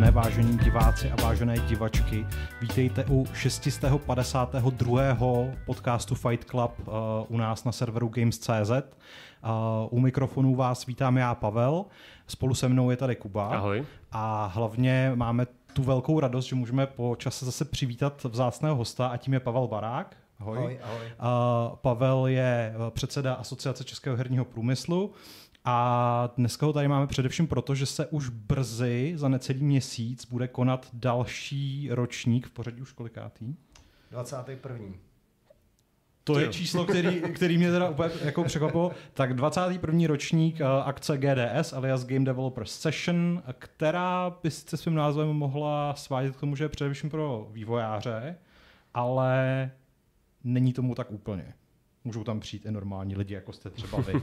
dne, vážení diváci a vážené divačky. Vítejte u 652. podcastu Fight Club u nás na serveru Games.cz. U mikrofonu vás vítám já, Pavel. Spolu se mnou je tady Kuba. Ahoj. A hlavně máme tu velkou radost, že můžeme po čase zase přivítat vzácného hosta a tím je Pavel Barák. Ahoj. Ahoj, ahoj. Pavel je předseda Asociace českého herního průmyslu a dneska ho tady máme především proto, že se už brzy za necelý měsíc bude konat další ročník, v pořadí už kolikátý? 21. To je číslo, který mě teda úplně jako překvapilo. Tak 21. ročník akce GDS, alias Game Developers Session, která by se svým názvem mohla svádět k tomu, že je především pro vývojáře, ale není tomu tak úplně. Můžou tam přijít i normální lidi, jako jste třeba vy.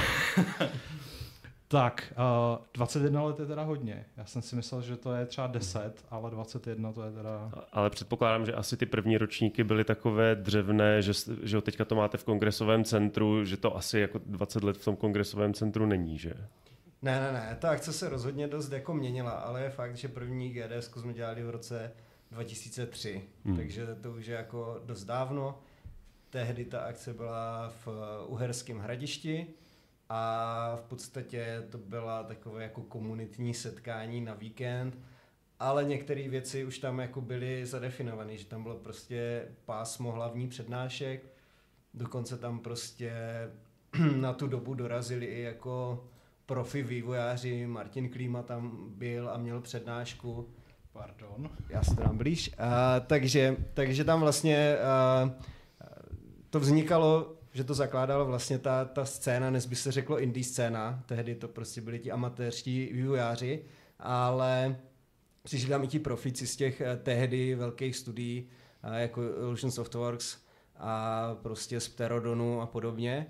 Tak, 21 let je teda hodně. Já jsem si myslel, že to je třeba 10, ale 21 to je teda... Ale předpokládám, že asi ty první ročníky byly takové dřevné, že teďka to máte v kongresovém centru, že to asi jako 20 let v tom kongresovém centru není, že? Ne, ta akce se rozhodně dost jako měnila, ale je fakt, že první GDS jsme dělali v roce 2003, takže to už je jako dost dávno. Tehdy ta akce byla v Uherském Hradišti a v podstatě to byla takové jako komunitní setkání na víkend, ale některé věci už tam jako byly zadefinované, že tam bylo prostě pásmo hlavní přednášek, dokonce tam prostě na tu dobu dorazili i jako profi vývojáři, Martin Klíma tam byl a měl přednášku. Pardon. Já se tam blíž. Takže tam vlastně to vznikalo, že to zakládalo vlastně ta scéna, dnes by se řeklo indie scéna, tehdy to prostě byli ti amatérští vývojáři, ale přišli tam i ti profici z těch tehdy velkých studií, jako Illusion Softworks a prostě z Pterodonu a podobně.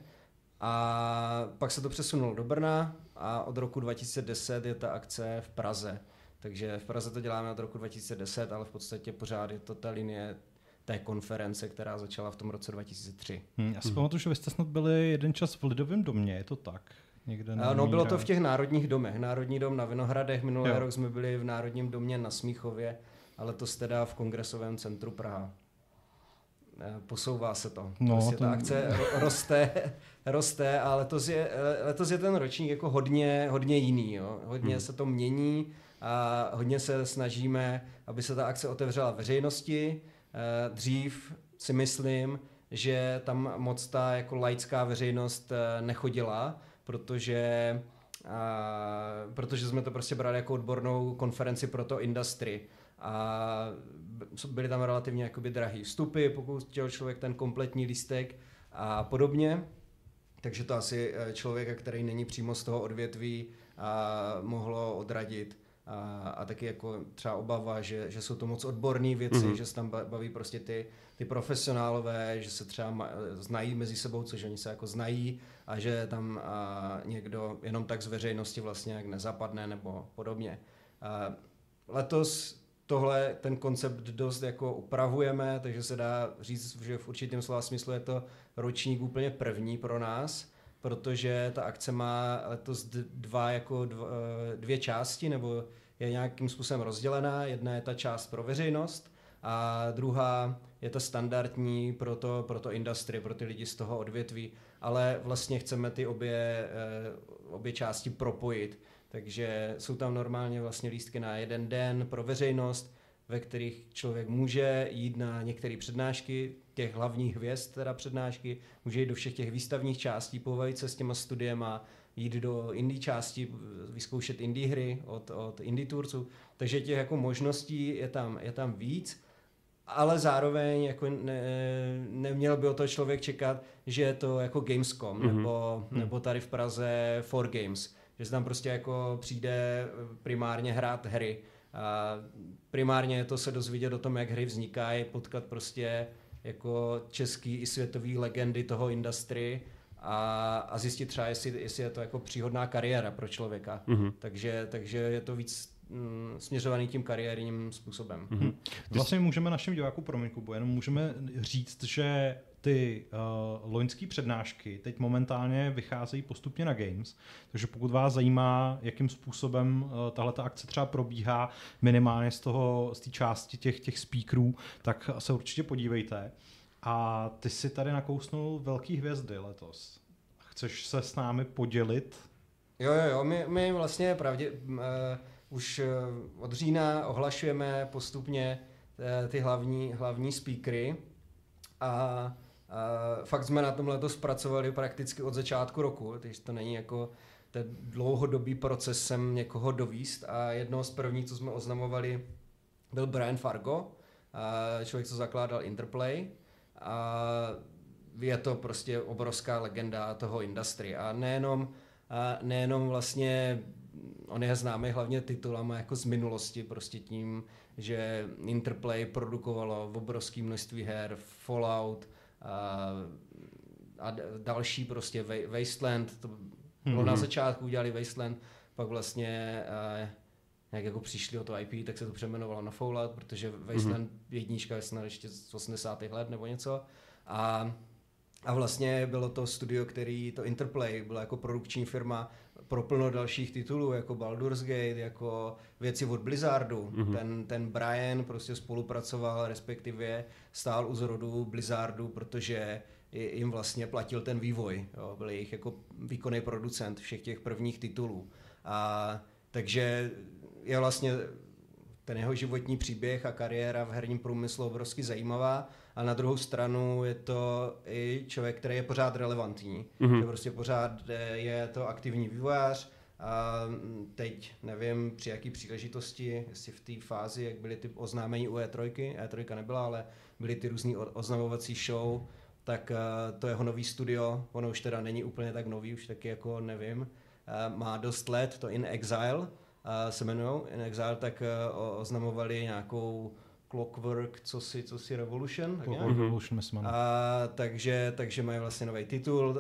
A pak se to přesunulo do Brna a od roku 2010 je ta akce v Praze. Takže v Praze to děláme od roku 2010, ale v podstatě pořád je to ta linie té konference, která začala v tom roce 2003. Já si pamatuju, že vy jste snad byli jeden čas v Lidovém domě, je to tak? Někde na no, bylo to v těch národních domech. Národní dom na Vinohradech, minulý rok jsme byli v Národním domě na Smíchově, ale to teda v Kongresovém centru Praha. Posouvá se to. No, prostě ta akce roste a letos je ten ročník jako hodně jiný. Jo? Hodně se to mění a hodně se snažíme, aby se ta akce otevřela veřejnosti. Dřív si myslím, že tam moc ta jako laická veřejnost nechodila, protože jsme to prostě brali jako odbornou konferenci pro to industry a byly tam relativně jakoby drahý vstupy, pokud chtěl člověk ten kompletní lístek a podobně. Takže to asi člověka, který není přímo z toho odvětví, mohlo odradit. A taky jako třeba obava, že jsou to moc odborné věci, že se tam baví prostě ty profesionálové, že se třeba znají mezi sebou, což oni se jako znají a že tam někdo jenom tak z veřejnosti vlastně jak nezapadne nebo podobně. Letos ten koncept dost jako upravujeme, takže se dá říct, že v určitém slova smyslu je to ročník úplně první pro nás, protože ta akce má letos dvě části, nebo je nějakým způsobem rozdělená. Jedna je ta část pro veřejnost a druhá je ta standardní pro to industry, pro ty lidi z toho odvětví, ale vlastně chceme ty obě části propojit. Takže jsou tam normálně vlastně lístky na jeden den pro veřejnost, ve kterých člověk může jít na některé přednášky, těch hlavních hvězd teda přednášky, může jít do všech těch výstavních částí, pobavit se s těma studiema, jít do indie části, vyzkoušet indie hry od indie tvůrců. Takže těch jako možností je tam víc, ale zároveň jako neměl by o to člověk čekat, že je to jako Gamescom nebo tady v Praze 4Games, že se tam prostě jako přijde primárně hrát hry. A primárně to se dozvědět o tom, jak hry vznikají, potkat prostě jako český i světový legendy toho industry a zjistit třeba, jestli je to jako příhodná kariéra pro člověka. Takže je to víc směřovaný tím kariérním způsobem. Vlastně můžeme našim divákům, jenom můžeme říct, že ty loňský přednášky teď momentálně vycházejí postupně na Games, takže pokud vás zajímá, jakým způsobem tahleta akce třeba probíhá minimálně z té části těch speakerů, tak se určitě podívejte. A ty si tady nakousnul velký hvězdy letos. Chceš se s námi podělit? Jo, my vlastně už od října ohlašujeme postupně ty hlavní speakery a fakt jsme na tom letos pracovali prakticky od začátku roku, takže to není jako ten dlouhodobý proces sem někoho dovíst a jedno z prvních, co jsme oznamovali, byl Brian Fargo, člověk, co zakládal Interplay a je to prostě obrovská legenda toho industry a nejenom vlastně on je známý hlavně titulama jako z minulosti, prostě tím, že Interplay produkovalo obrovské množství her, Fallout a další prostě Wasteland, to bylo na začátku, udělali Wasteland, pak vlastně jak jako přišli o to IP, tak se to přejmenovalo na Fallout, protože Wasteland jednička je snad ještě z 80. let nebo něco a vlastně bylo to studio, který to Interplay byla jako produkční firma pro plno dalších titulů, jako Baldur's Gate, jako věci od Blizzardu. Ten Brian prostě spolupracoval, respektive stál u zrodu Blizzardu, protože jim vlastně platil ten vývoj. Jo. Byl jejich jako výkonný producent všech těch prvních titulů. Takže je vlastně ten jeho životní příběh a kariéra v herním průmyslu obrovsky zajímavá. A na druhou stranu je to i člověk, který je pořád relevantní. Že prostě pořád je to aktivní vývojář. A teď nevím, při jaký příležitosti, jestli v té fázi, jak byly ty oznámení u E3 nebyla, ale byly ty různý oznamovací show, tak to jeho nový studio, ono už teda není úplně tak nový, už taky jako nevím, má dost let, to In Exile se jmenujou, In Exile, tak oznamovali nějakou Clockwork, co si Revolution. Clockwork Revolution, myslím. Takže mají vlastně nový titul.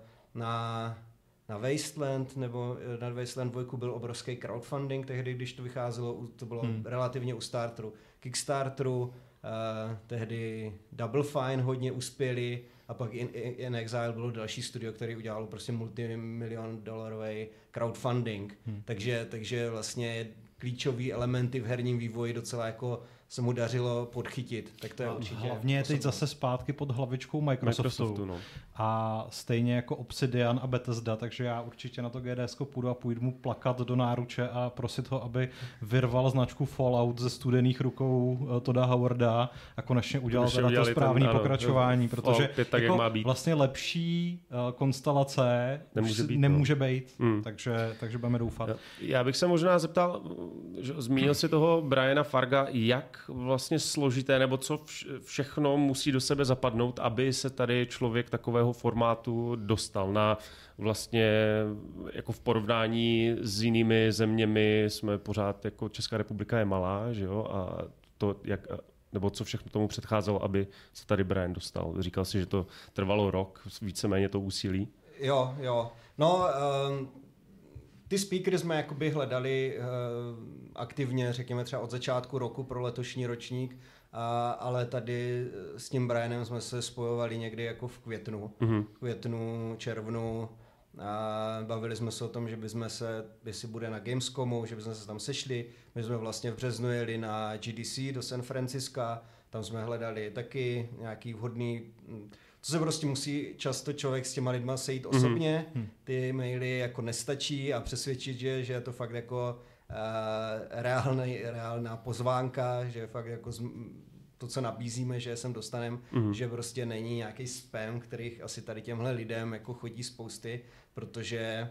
Na Wasteland, nebo na Wasteland 2 byl obrovský crowdfunding tehdy, když to vycházelo, to bylo relativně u starteru. Kickstarteru, tehdy Double Fine hodně uspěli a pak In Exile bylo další studio, který udělalo prostě multimillion-dolarový crowdfunding. Takže vlastně klíčový elementy v herním vývoji docela jako se mu dařilo podchytit. Tak to je určitě hlavně je teď zase zpátky pod hlavičkou Microsoftu. No. A stejně jako Obsidian a Bethesda, takže já určitě na to GDSko půjdu a půjdu mu plakat do náruče a prosit ho, aby vyrval značku Fallout ze studených rukou Todda Howarda a konečně udělal teda to správné pokračování, protože tak, jako má být. vlastně lepší konstelace nemůže být, takže budeme doufat. Já bych se možná zeptal, že zmínil si toho Briana Farga, jak vlastně složité, nebo co všechno musí do sebe zapadnout, aby se tady člověk takového formátu dostal na vlastně jako v porovnání s jinými zeměmi jsme pořád, jako Česká republika je malá, že jo, a to jak, nebo co všechno tomu předcházelo, aby se tady Brian dostal. Říkal si, že to trvalo rok, víceméně to úsilí. Jo. No, ty speakery jsme jakoby hledali aktivně, řekněme třeba od začátku roku pro letošní ročník, ale tady s tím Brianem jsme se spojovali někdy jako v květnu, červnu a bavili jsme se o tom, že bychom se, jestli bude na Gamescomu, že bychom se tam sešli. My jsme vlastně v březnu jeli na GDC do San Francisca, tam jsme hledali taky nějaký vhodný, to se prostě musí často člověk s těma lidma sejít osobně, ty maily jako nestačí a přesvědčit, že je to fakt jako reálná pozvánka, že fakt jako to, co nabízíme, že sem dostaneme, že prostě není nějaký spam, kterých asi tady těmhle lidem jako chodí spousty, protože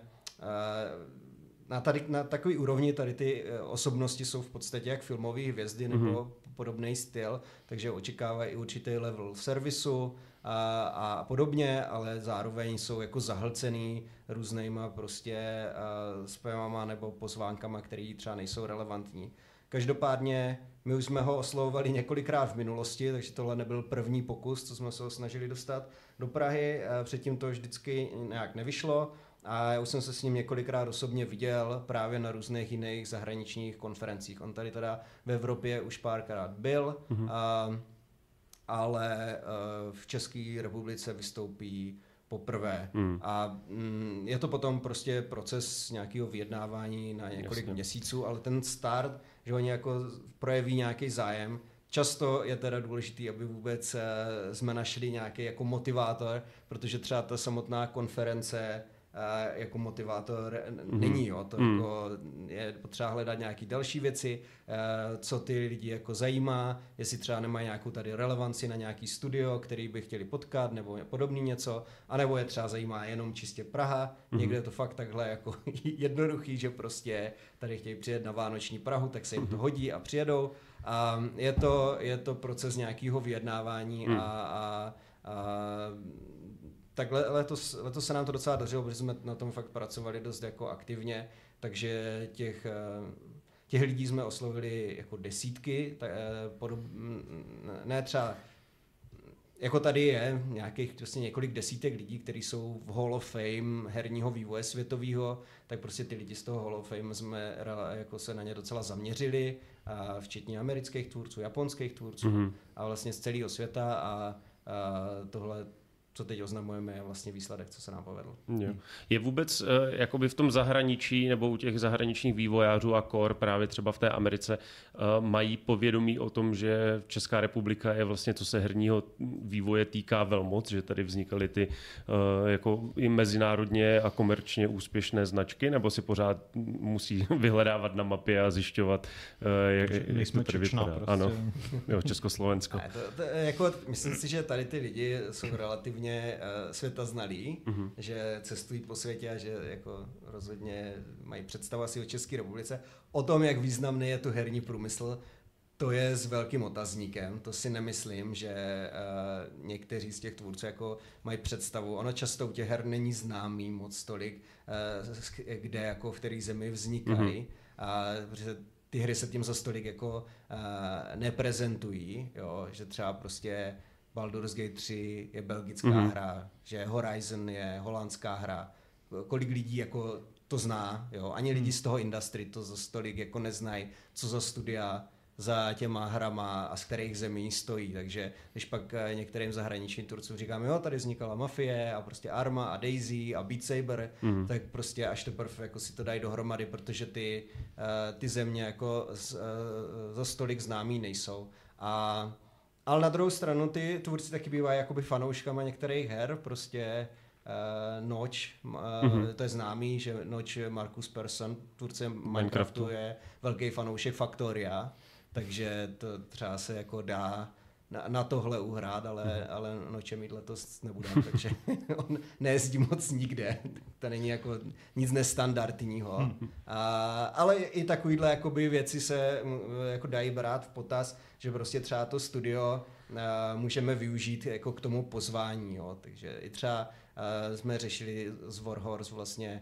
na takový úrovni tady ty osobnosti jsou v podstatě jak filmové hvězdy nebo podobný styl, takže očekávají i určitý level servisu a podobně, ale zároveň jsou jako zahlcený různýma prostě spamama nebo pozvánkama, které třeba nejsou relevantní. Každopádně my už jsme ho oslovovali několikrát v minulosti, takže tohle nebyl první pokus, co jsme se ho snažili dostat do Prahy. Předtím to vždycky nějak nevyšlo a já už jsem se s ním několikrát osobně viděl právě na různých jiných zahraničních konferencích. On tady teda v Evropě už párkrát byl ale v České republice vystoupí poprvé. A je to potom prostě proces nějakého vyjednávání na několik měsíců, ale ten start, že oni jako projeví nějaký zájem. Často je teda důležitý, aby vůbec jsme našli nějaký jako motivátor, protože třeba ta samotná konference jako motivátor není. Jo. To jako je potřeba hledat nějaké další věci, co ty lidi jako zajímá, jestli třeba nemají nějakou tady relevanci na nějaký studio, který by chtěli potkat, nebo podobný něco, anebo je třeba zajímá jenom čistě Praha. Někde je to fakt takhle jako jednoduchý, že prostě tady chtějí přijet na vánoční Prahu, tak se jim to hodí a přijedou. A je to proces nějakého vyjednávání a takhle letos se nám to docela dařilo, protože jsme na tom fakt pracovali dost jako aktivně, takže těch lidí jsme oslovili jako desítky, ne třeba, jako tady je nějakých vlastně několik desítek lidí, kteří jsou v Hall of Fame herního vývoje světového, tak prostě ty lidi z toho Hall of Fame jsme jako se na ně docela zaměřili, včetně amerických tvůrců, japonských tvůrců a vlastně z celého světa a tohle, co teď oznamujeme, je vlastně výsledek, co se nám povedlo. Je vůbec jakoby v tom zahraničí nebo u těch zahraničních vývojářů a kor právě třeba v té Americe mají povědomí o tom, že Česká republika je vlastně, co se herního vývoje týká, velmoc, že tady vznikaly ty jako i mezinárodně a komerčně úspěšné značky, nebo si pořád musí vyhledávat na mapě a zjišťovat, jak to tady vypadá. Prostě. Ano, jo, Československo. Jako, myslím si, že tady ty lidi jsou relativně světa znalí, že cestují po světě a že jako rozhodně mají představu asi o České republice. O tom, jak významný je tu herní průmysl, to je s velkým otazníkem. To si nemyslím, že někteří z těch tvůrců jako mají představu. Ono často u těch her není známý moc tolik, kde jako v které zemi vznikají. Protože ty hry se tím za stolik jako neprezentují, jo? Že třeba prostě Baldur's Gate 3 je belgická hra, že Horizon je holandská hra. Kolik lidí jako to zná, jo? Ani lidi z toho industry to za stolik jako neznají, co za studia za těma hrama a z kterých zemí stojí. Takže když pak některým zahraničním tvůrcům říkáme, jo, tady vznikala Mafie a prostě Arma a Daisy a Beat Saber, tak prostě až teprve jako si to dají dohromady, protože ty země jako za stolik známý nejsou. Ale na druhou stranu ty tvůrci taky bývají jakoby fanouškama některých her, prostě Notch, to je známý, že Notch Marcus Persson, tvůrce Minecraftu, je velký fanoušek Factoria, takže to třeba se jako dá na tohle uhrát, ale Notche mít letos nebude, takže on nejezdí moc nikde, to není jako nic nestandardního, ale i takovýhle jakoby věci se jako dají brát v potaz, že prostě třeba to studio můžeme využít jako k tomu pozvání, jo. Takže i třeba jsme řešili z Warhorse vlastně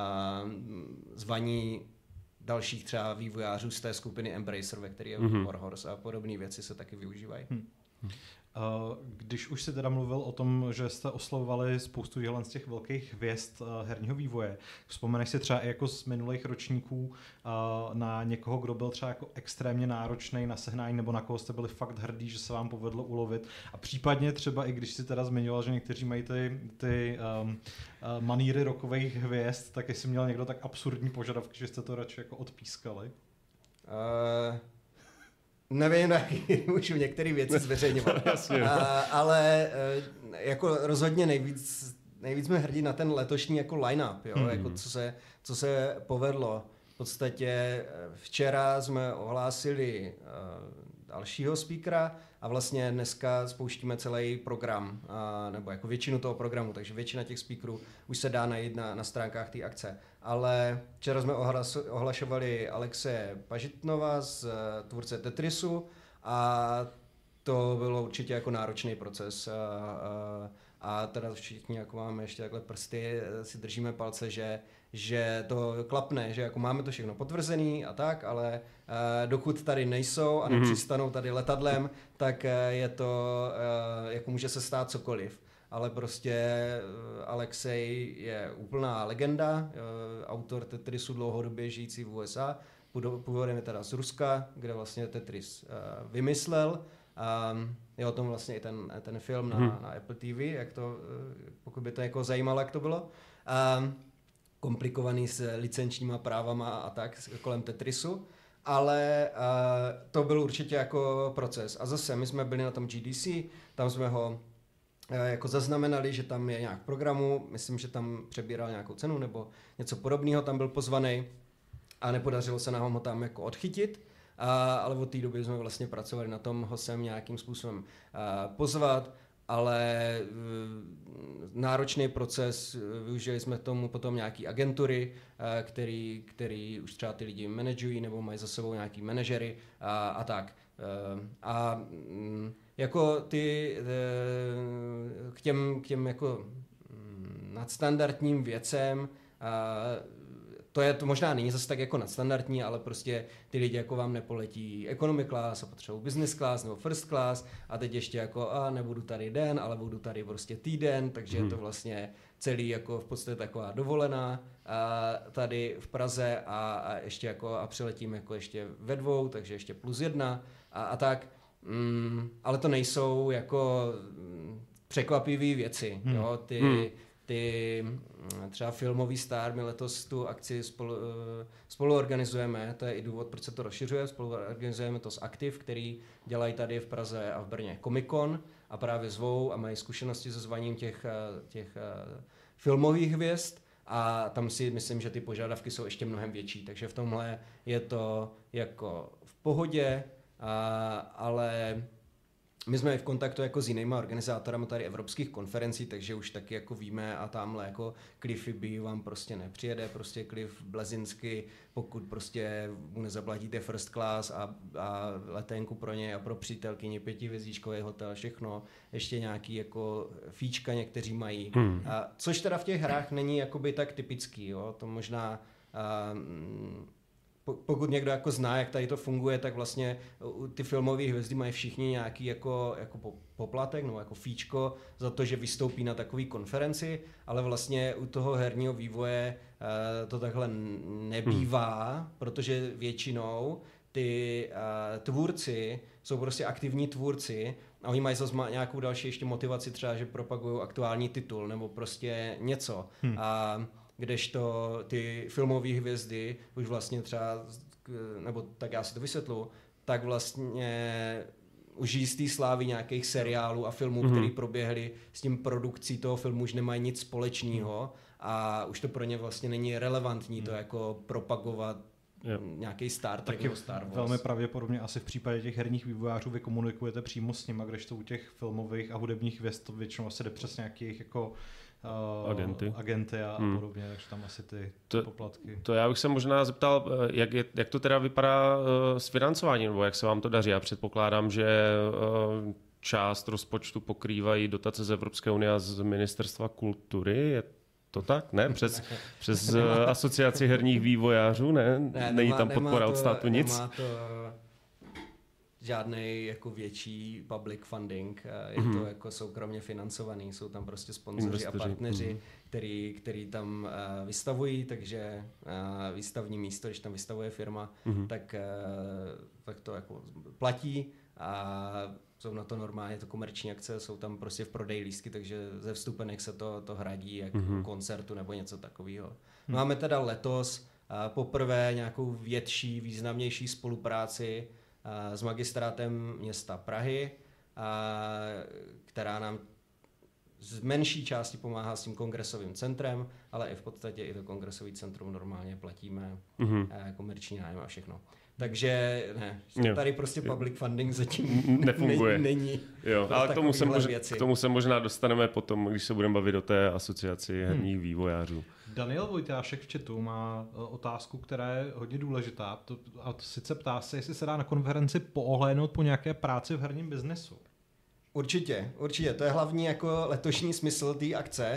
zvaní dalších třeba vývojářů z té skupiny Embracer, ve které je Warhorse a podobné věci se taky využívají. Když už si teda mluvil o tom, že jste oslovovali spoustu z těch velkých hvězd herního vývoje, vzpomeneš si třeba i jako z minulých ročníků na někoho, kdo byl třeba jako extrémně náročný na sehnání, nebo na koho jste byli fakt hrdí, že se vám povedlo ulovit, a případně třeba i když si teda zmiňoval, že někteří mají ty maníry rockových hvězd, tak jestli měl někdo tak absurdní požadavky, že jste to radši jako odpískali? Nevím, jaký můžu některé věci zveřejňovat, ale jako rozhodně nejvíc jsme hrdí na ten letošní jako line-up, jo? Jako co se povedlo. V podstatě včera jsme ohlásili dalšího speakera a vlastně dneska spouštíme celý program, nebo jako většinu toho programu, takže většina těch speakerů už se dá najít na stránkách té akce. Ale včera jsme ohlašovali Alexe Pažitnova z tvůrce Tetrisu a to bylo určitě jako náročný proces. A teda všichni jako máme ještě takhle prsty, si držíme palce, že to klapne, že jako máme to všechno potvrzený a tak, ale dokud tady nejsou a nepřistanou tady letadlem, tak je to, jako může se stát cokoliv. Ale prostě Alexej je úplná legenda, autor Tetrisu dlouhodobě žijící v USA, původem je teda z Ruska, kde vlastně Tetris vymyslel Je o tom vlastně i ten film na Apple TV, jak to, pokud by to jako zajímalo, jak to bylo. Komplikovaný s licenčníma právama a tak kolem Tetrisu. Ale to byl určitě jako proces. A zase my jsme byli na tom GDC, tam jsme ho jako zaznamenali, že tam je nějak v programu, myslím, že tam přebíral nějakou cenu nebo něco podobného, tam byl pozvaný a nepodařilo se nám ho tam jako odchytit, ale od té doby jsme vlastně pracovali na tom ho sem nějakým způsobem pozvat, ale náročný proces, využili jsme tomu potom nějaký agentury, který už třeba ty lidi manažují nebo mají za sebou nějaký manažery a tak. Jako k těm jako nadstandardním věcem, to možná není zase tak jako nadstandardní, ale prostě ty lidi jako vám nepoletí economy class a potřebují business class nebo first class a teď ještě jako nebudu tady den, ale budu tady prostě týden, takže je to vlastně celý jako v podstatě taková dovolená tady v Praze a ještě jako a přiletím jako ještě ve 2, takže ještě +1 a tak. Ale to nejsou jako překvapivé věci. Jo? Ty třeba Filmový star, my letos tu akci spolu organizujeme, to je i důvod, proč se to rozšiřuje, spolu organizujeme to s Aktiv, který dělají tady v Praze a v Brně Comic-Con a právě zvou a mají zkušenosti se zvaním těch filmových hvězd a tam si myslím, že ty požadavky jsou ještě mnohem větší, takže v tomhle je to jako v pohodě, ale my jsme v kontaktu jako s jinýma organizátorami tady evropských konferencí, takže už taky jako víme a tamhle jako Cliffy B vám prostě nepřijede, prostě Cliff Blezinsky, pokud prostě mu nezaplatíte first class a letenku pro ně a pro přítelkyni 5hvězdičkový hotel, všechno, ještě nějaký jako fíčka někteří mají. Což teda v těch hrách není jakoby tak typický, jo, to možná pokud někdo jako zná, jak tady to funguje, tak vlastně ty filmové hvězdy mají všichni nějaký jako poplatek nebo jako fíčko za to, že vystoupí na takové konferenci, ale vlastně u toho herního vývoje to takhle nebývá, protože většinou ty tvůrci jsou prostě aktivní tvůrci a oni mají zase nějakou další ještě motivaci, třeba, že propagují aktuální titul nebo prostě něco. Kdežto ty filmové hvězdy už vlastně třeba, nebo tak já si to vysvětlu, tak vlastně už jistý slávy nějakých seriálů a filmů, které proběhly s tím produkcí toho filmu, už nemají nic společného a už to pro ně vlastně není relevantní to jako propagovat nějaký Star Trek nebo Star Wars. Velmi pravděpodobně asi v případě těch herních vývojářů vy komunikujete přímo s nimi, kdežto u těch filmových a hudebních hvězd to většinou asi jde přes nějakých jako agenty a podobně, takže tam asi ty poplatky. To já bych se možná zeptal, jak to teda vypadá s financováním, nebo jak se vám to daří. Já předpokládám, že část rozpočtu pokrývají dotace z Evropské unie a z Ministerstva kultury. Je to tak? Ne? Přes asociaci herních vývojářů? Ne? Není tam podpora od státu nic? Nemá to žádnej jako větší public funding, je to jako soukromně financovaný, jsou tam prostě sponzoři a partneři, který tam vystavují, takže výstavní místo, když tam vystavuje firma, tak to jako platí a jsou na to normálně to komerční akce, jsou tam prostě v prodeji lístky, takže ze vstupenek se to hradí jako koncertu nebo něco takového. Máme teda letos poprvé nějakou větší, významnější spolupráci s magistrátem města Prahy, která nám z menší části pomáhá s tím kongresovým centrem, ale i v podstatě i to kongresový centrum normálně platíme, komerční nájem a všechno. Takže tady prostě public funding zatím nefunguje. Není. Jo, ale k tomu se možná dostaneme potom, když se budeme bavit o té asociaci herních vývojářů. Daniel Vojtášek v chatu má otázku, která je hodně důležitá. A sice ptá se, jestli se dá na konferenci poohlédnout po nějaké práci v herním biznesu. Určitě. To je hlavní jako letošní smysl té akce.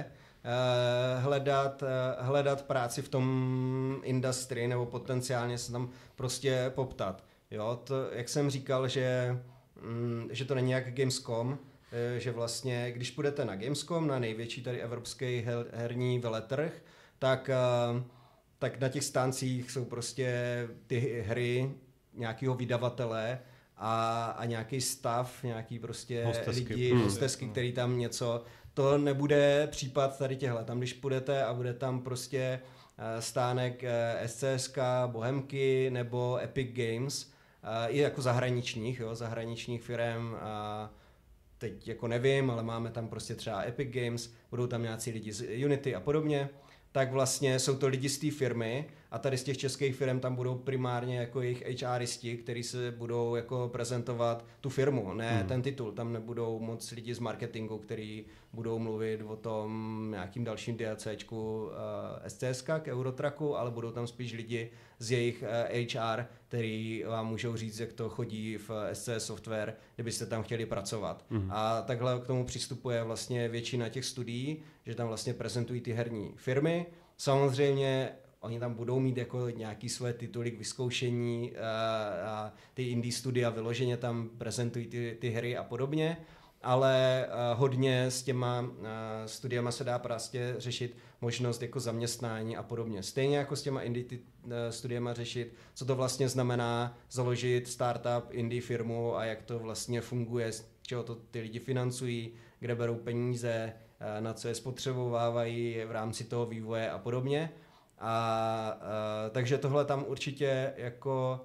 Hledat práci v tom industrii nebo potenciálně se tam prostě poptat. Jo, to, jak jsem říkal, že to není jak Gamescom, že vlastně, když půjdete na Gamescom, na největší tady evropský herní veletrh, tak na těch stáncích jsou prostě ty hry nějakého vydavatele a nějaký stav, nějaký prostě hostesky. lidi, hostesky, který tam něco, to nebude případ tady těhle. Tam když půjdete a bude tam prostě stánek SCSK, Bohemky nebo Epic Games, i jako zahraničních firem, teď jako nevím, ale máme tam prostě třeba Epic Games, budou tam nějací lidi z Unity a podobně, tak vlastně jsou to lidi z té firmy a tady z těch českých firm tam budou primárně jako jejich HRisti, kteří se budou jako prezentovat tu firmu, ne ten titul, tam nebudou moc lidi z marketingu, kteří budou mluvit o tom nějakým dalším DLCčku SCSK k Eurotracku, ale budou tam spíš lidi z jejich HR, který vám můžou říct, jak to chodí v SCS Software, kdybyste tam chtěli pracovat. A takhle k tomu přistupuje vlastně většina těch studií, že tam vlastně prezentují ty herní firmy. Samozřejmě oni tam budou mít jako nějaký své tituly k vyzkoušení a ty indie studia vyloženě tam prezentují ty hry a podobně, ale hodně s těma studiama se dá prostě řešit možnost jako zaměstnání a podobně. Stejně jako s těma indie studiama řešit, co to vlastně znamená založit startup, indie firmu a jak to vlastně funguje, z čeho to ty lidi financují, kde berou peníze, na co je spotřebovávají v rámci toho vývoje a podobně. Takže tohle tam určitě jako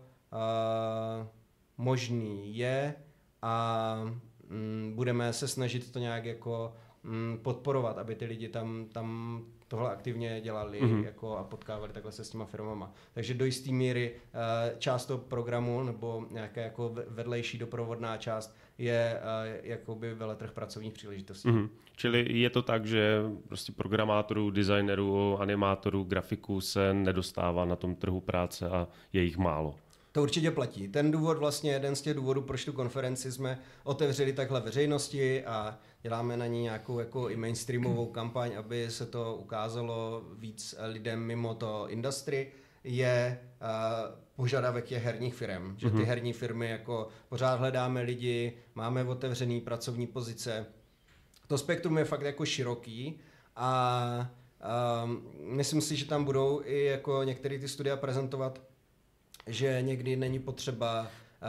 možný je a budeme se snažit to nějak jako podporovat, aby ty lidi tam tohle aktivně dělali jako a potkávali takhle se s těma firmama. Takže do jisté míry část toho programu nebo nějaká jako vedlejší doprovodná část je jakoby veletrh pracovních příležitostí. Čili je to tak, že prostě programátorů, designerů, animátorů, grafiků se nedostává na tom trhu práce a je jich málo. To určitě platí. Ten důvod vlastně, jeden z těch důvodů, proč tu konferenci jsme otevřeli takhle veřejnosti a děláme na ní nějakou jako i mainstreamovou kampaň, aby se to ukázalo víc lidem mimo to industry, je požadavek těch herních firm. Že ty herní firmy jako pořád hledáme lidi, máme otevřený pracovní pozice. To spektrum je fakt jako široký a myslím si, že tam budou i jako některé ty studia prezentovat, že někdy není potřeba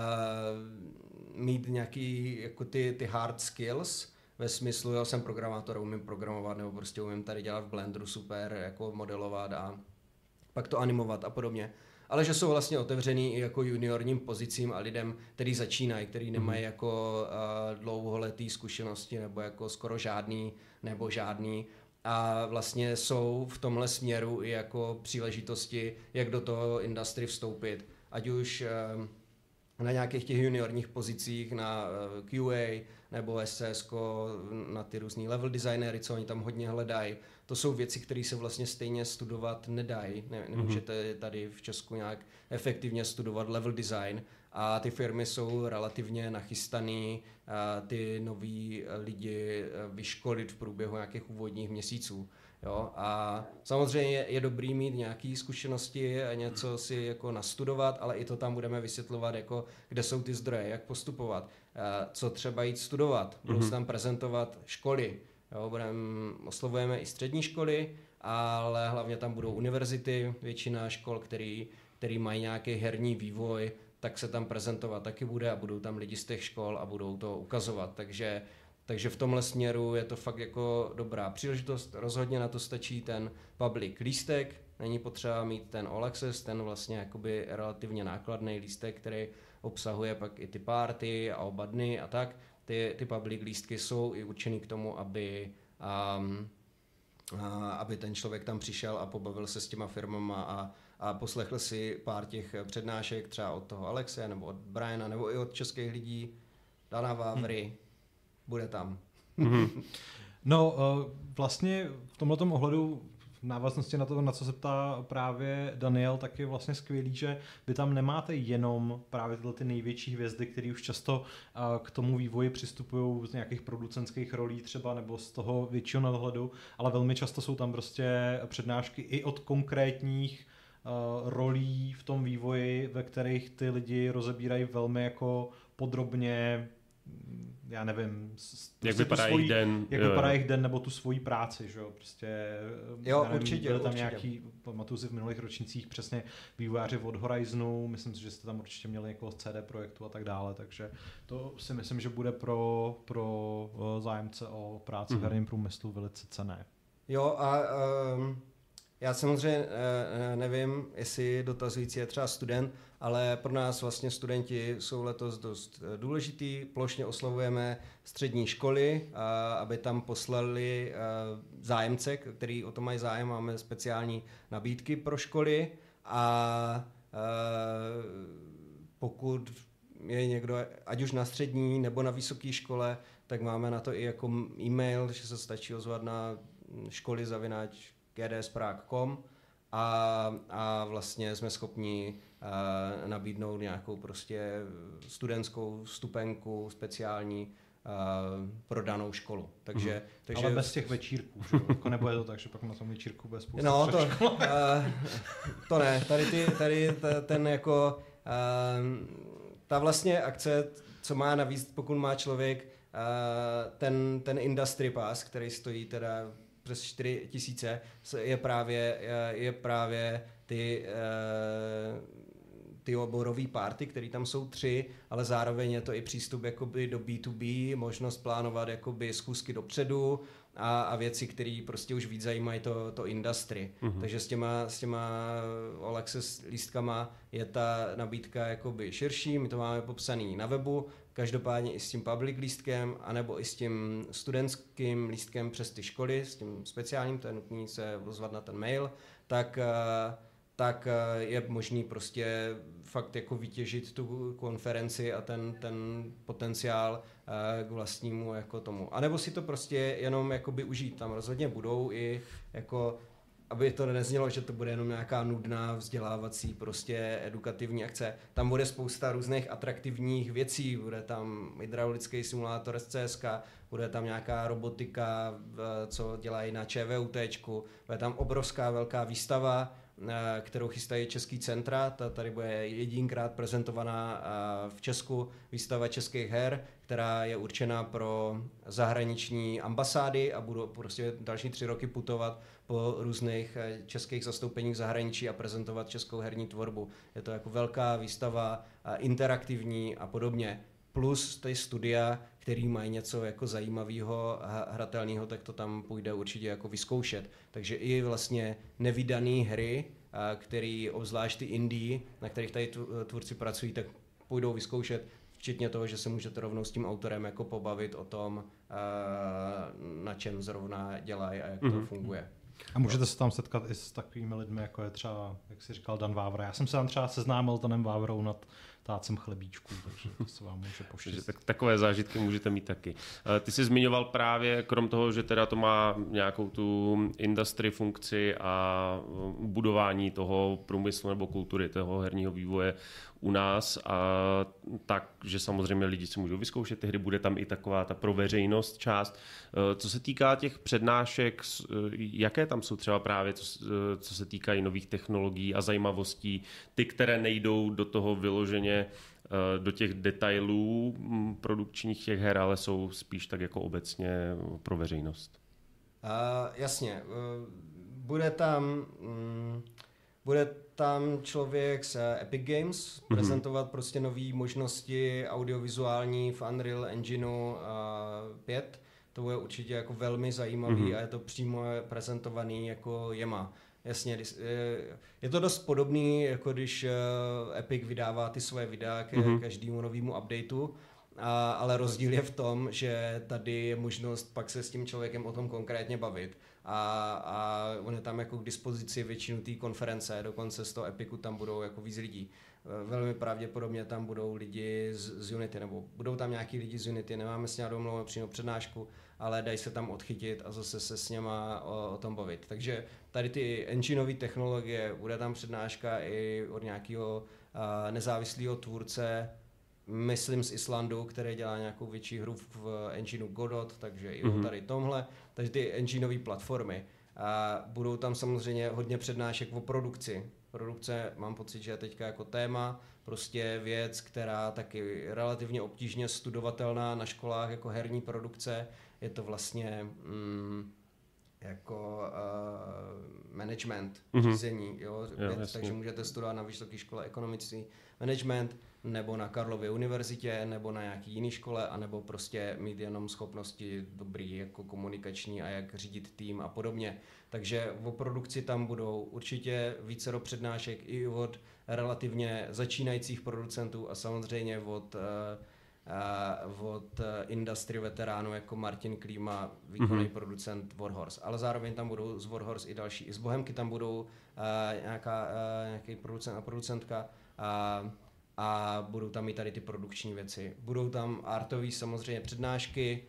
mít nějaký jako ty hard skills, ve smyslu, já jsem programátor, umím programovat, nebo prostě umím tady dělat v Blenderu super, jako modelovat a pak to animovat a podobně. Ale že jsou vlastně otevřený i jako juniorním pozicím a lidem, kteří začínají, kteří nemají jako dlouholetý zkušenosti nebo jako skoro žádný nebo žádný. A vlastně jsou v tomhle směru i jako příležitosti, jak do toho industry vstoupit. Ať už na nějakých těch juniorních pozicích, na QA nebo SCS, na ty různý level designery, co oni tam hodně hledají. To jsou věci, které se vlastně stejně studovat nedají. Nemůžete tady v Česku nějak efektivně studovat level design a ty firmy jsou relativně nachystaný ty nový lidi vyškolit v průběhu nějakých úvodních měsíců. Jo? A samozřejmě je dobrý mít nějaké zkušenosti a něco si jako nastudovat, ale i to tam budeme vysvětlovat, jako kde jsou ty zdroje, jak postupovat, co třeba jít studovat. Budou se tam prezentovat školy, jo? Oslovujeme i střední školy, ale hlavně tam budou univerzity, většina škol, který mají nějaký herní vývoj, tak se tam prezentovat taky bude a budou tam lidi z těch škol a budou to ukazovat. Takže v tomhle směru je to fakt jako dobrá příležitost. Rozhodně na to stačí ten public lístek, není potřeba mít ten all access, ten vlastně jakoby relativně nákladný lístek, který obsahuje pak i ty party a oba dny a tak. Ty public lístky jsou i určený k tomu, aby ten člověk tam přišel a pobavil se s těma firmama a poslechl si pár těch přednášek třeba od toho Alexe nebo od Briana nebo i od českých lidí. Dana Vávry bude tam. No vlastně v tomhletom ohledu v návaznosti na to, na co se ptá právě Daniel, tak je vlastně skvělý, že vy tam nemáte jenom právě tyhle ty největší hvězdy, které už často k tomu vývoji přistupují z nějakých producentských rolí třeba nebo z toho většího nadhledu, ale velmi často jsou tam prostě přednášky i od konkrétních rolí v tom vývoji, ve kterých ty lidi rozebírají velmi jako podrobně já nevím, jak vypadá jejich den. Jak vypadá jejich den, nebo tu svoji práci, že jo, prostě. Jo, nevím, určitě. Byly tam nějaký, pamatuju si v minulých ročnících přesně vývojáři od Horizonu, myslím si, že jste tam určitě měli někoho z CD Projektu a tak dále, takže to si myslím, že bude pro zájemce o práci v herním průmyslu velice cenné. Jo a já samozřejmě nevím, jestli dotazující je třeba student, ale pro nás vlastně studenti jsou letos dost důležitý. Plošně oslavujeme střední školy, aby tam poslali zájemce, který o to mají zájem. Máme speciální nabídky pro školy a pokud je někdo, ať už na střední nebo na vysoké škole, tak máme na to i jako e-mail, že se stačí ozvat na školy@gdsprague.com a vlastně jsme schopni nabídnout nějakou prostě studentskou vstupenku speciální pro danou školu. Takže ale bez těch večírků, že? Jako nebude to tak, že pak na tom večírku bude spousta. No to ne, tady ten jako ta vlastně akce, co má navíc, pokud má člověk ten industry pass, který stojí teda přes 4 000, je právě ty oborový party, které tam jsou 3, ale zároveň je to i přístup jakoby do B2B, možnost plánovat jakoby schůzky dopředu a věci, které prostě už víc zajímají to industry. Takže s těma All Access lístkama je ta nabídka jakoby širší, my to máme popsaný na webu, každopádně i s tím public lístkem, anebo i s tím studentským lístkem přes ty školy, s tím speciálním, to je nutné se ozvat na ten mail, tak je možný prostě fakt jako vytěžit tu konferenci a ten potenciál k vlastnímu jako tomu. A nebo si to prostě jenom jakoby užít. Tam rozhodně budou i jako, aby to neznělo, že to bude jenom nějaká nudná vzdělávací prostě edukativní akce. Tam bude spousta různých atraktivních věcí. Bude tam hydraulický simulátor z CSK, bude tam nějaká robotika, co dělají na ČVUTčku, bude tam obrovská velká výstava, kterou chystají český centra. Tady bude jedinkrát prezentovaná v Česku výstava českých her, která je určena pro zahraniční ambasády a budou prostě další 3 roky putovat po různých českých zastoupeních v zahraničí a prezentovat českou herní tvorbu. Je to jako velká výstava, interaktivní a podobně. Plus ty studia, který mají něco jako zajímavého a hratelného, tak to tam půjde určitě jako vyzkoušet. Takže i vlastně nevydané hry, který obzvlášť ty indie, na kterých tady tvůrci pracují, tak půjdou vyzkoušet, včetně toho, že se můžete rovnou s tím autorem jako pobavit o tom, na čem zrovna dělají a jak to funguje. A můžete se tam setkat i s takovými lidmi, jako je třeba, jak jsi říkal, Dan Vávra. Já jsem se tam třeba seznámil Danem Vávrou nad tácem chlebíčků, takže to se vám může poštěstit. Takové zážitky můžete mít taky. Ty jsi zmiňoval právě, krom toho, že teda to má nějakou tu industry funkci a budování toho průmyslu nebo kultury, toho herního vývoje u nás, a tak, že samozřejmě lidi si můžou vyzkoušet ty hry, bude tam i taková ta pro veřejnost část. Co se týká těch přednášek, jaké tam jsou třeba právě, co se týkají nových technologií a zajímavostí, ty, které nejdou do toho vyloženě do těch detailů produkčních těch her, ale jsou spíš tak jako obecně pro veřejnost? Jasně. Bude tam člověk z Epic Games prezentovat prostě nové možnosti audiovizuální v Unreal Engineu 5. To bude určitě jako velmi zajímavý a je to přímo prezentovaný jako jema. Jasně, je to dost podobný, jako když Epic vydává ty svoje videa k každému novému updateu, ale rozdíl je v tom, že tady je možnost pak se s tím člověkem o tom konkrétně bavit. A on je tam jako k dispozici většinu té konference, dokonce z toho Epiku tam budou jako víc lidí. Velmi pravděpodobně tam budou lidi z Unity, nebo budou tam nějaký lidi z Unity, nemáme s ním domluvenou přímo přednášku, ale dají se tam odchytit a zase se s něma o tom bavit. Takže tady ty engineové technologie, bude tam přednáška i od nějakého nezávislého tvůrce, myslím z Islandu, který dělá nějakou větší hru v engineu Godot, takže i o tady tomhle. Takže ty engineové platformy. A budou tam samozřejmě hodně přednášek o produkci. Produkce mám pocit, že je teďka jako téma, prostě věc, která taky relativně obtížně studovatelná na školách jako herní produkce. Je to vlastně jako management, řízení, jo, takže můžete studovat na vysoké škole ekonomický management, nebo na Karlově univerzitě, nebo na nějaký jiný škole, anebo prostě mít jenom schopnosti dobrý jako komunikační a jak řídit tým a podobně. Takže o produkci tam budou určitě vícero přednášek i od relativně začínajících producentů a samozřejmě od industry veteránů jako Martin Klíma, výkonný producent Warhorse. Ale zároveň tam budou z Warhorse i další. I z Bohemky tam budou nějaký producent a producentka a budou tam i tady ty produkční věci. Budou tam artový samozřejmě přednášky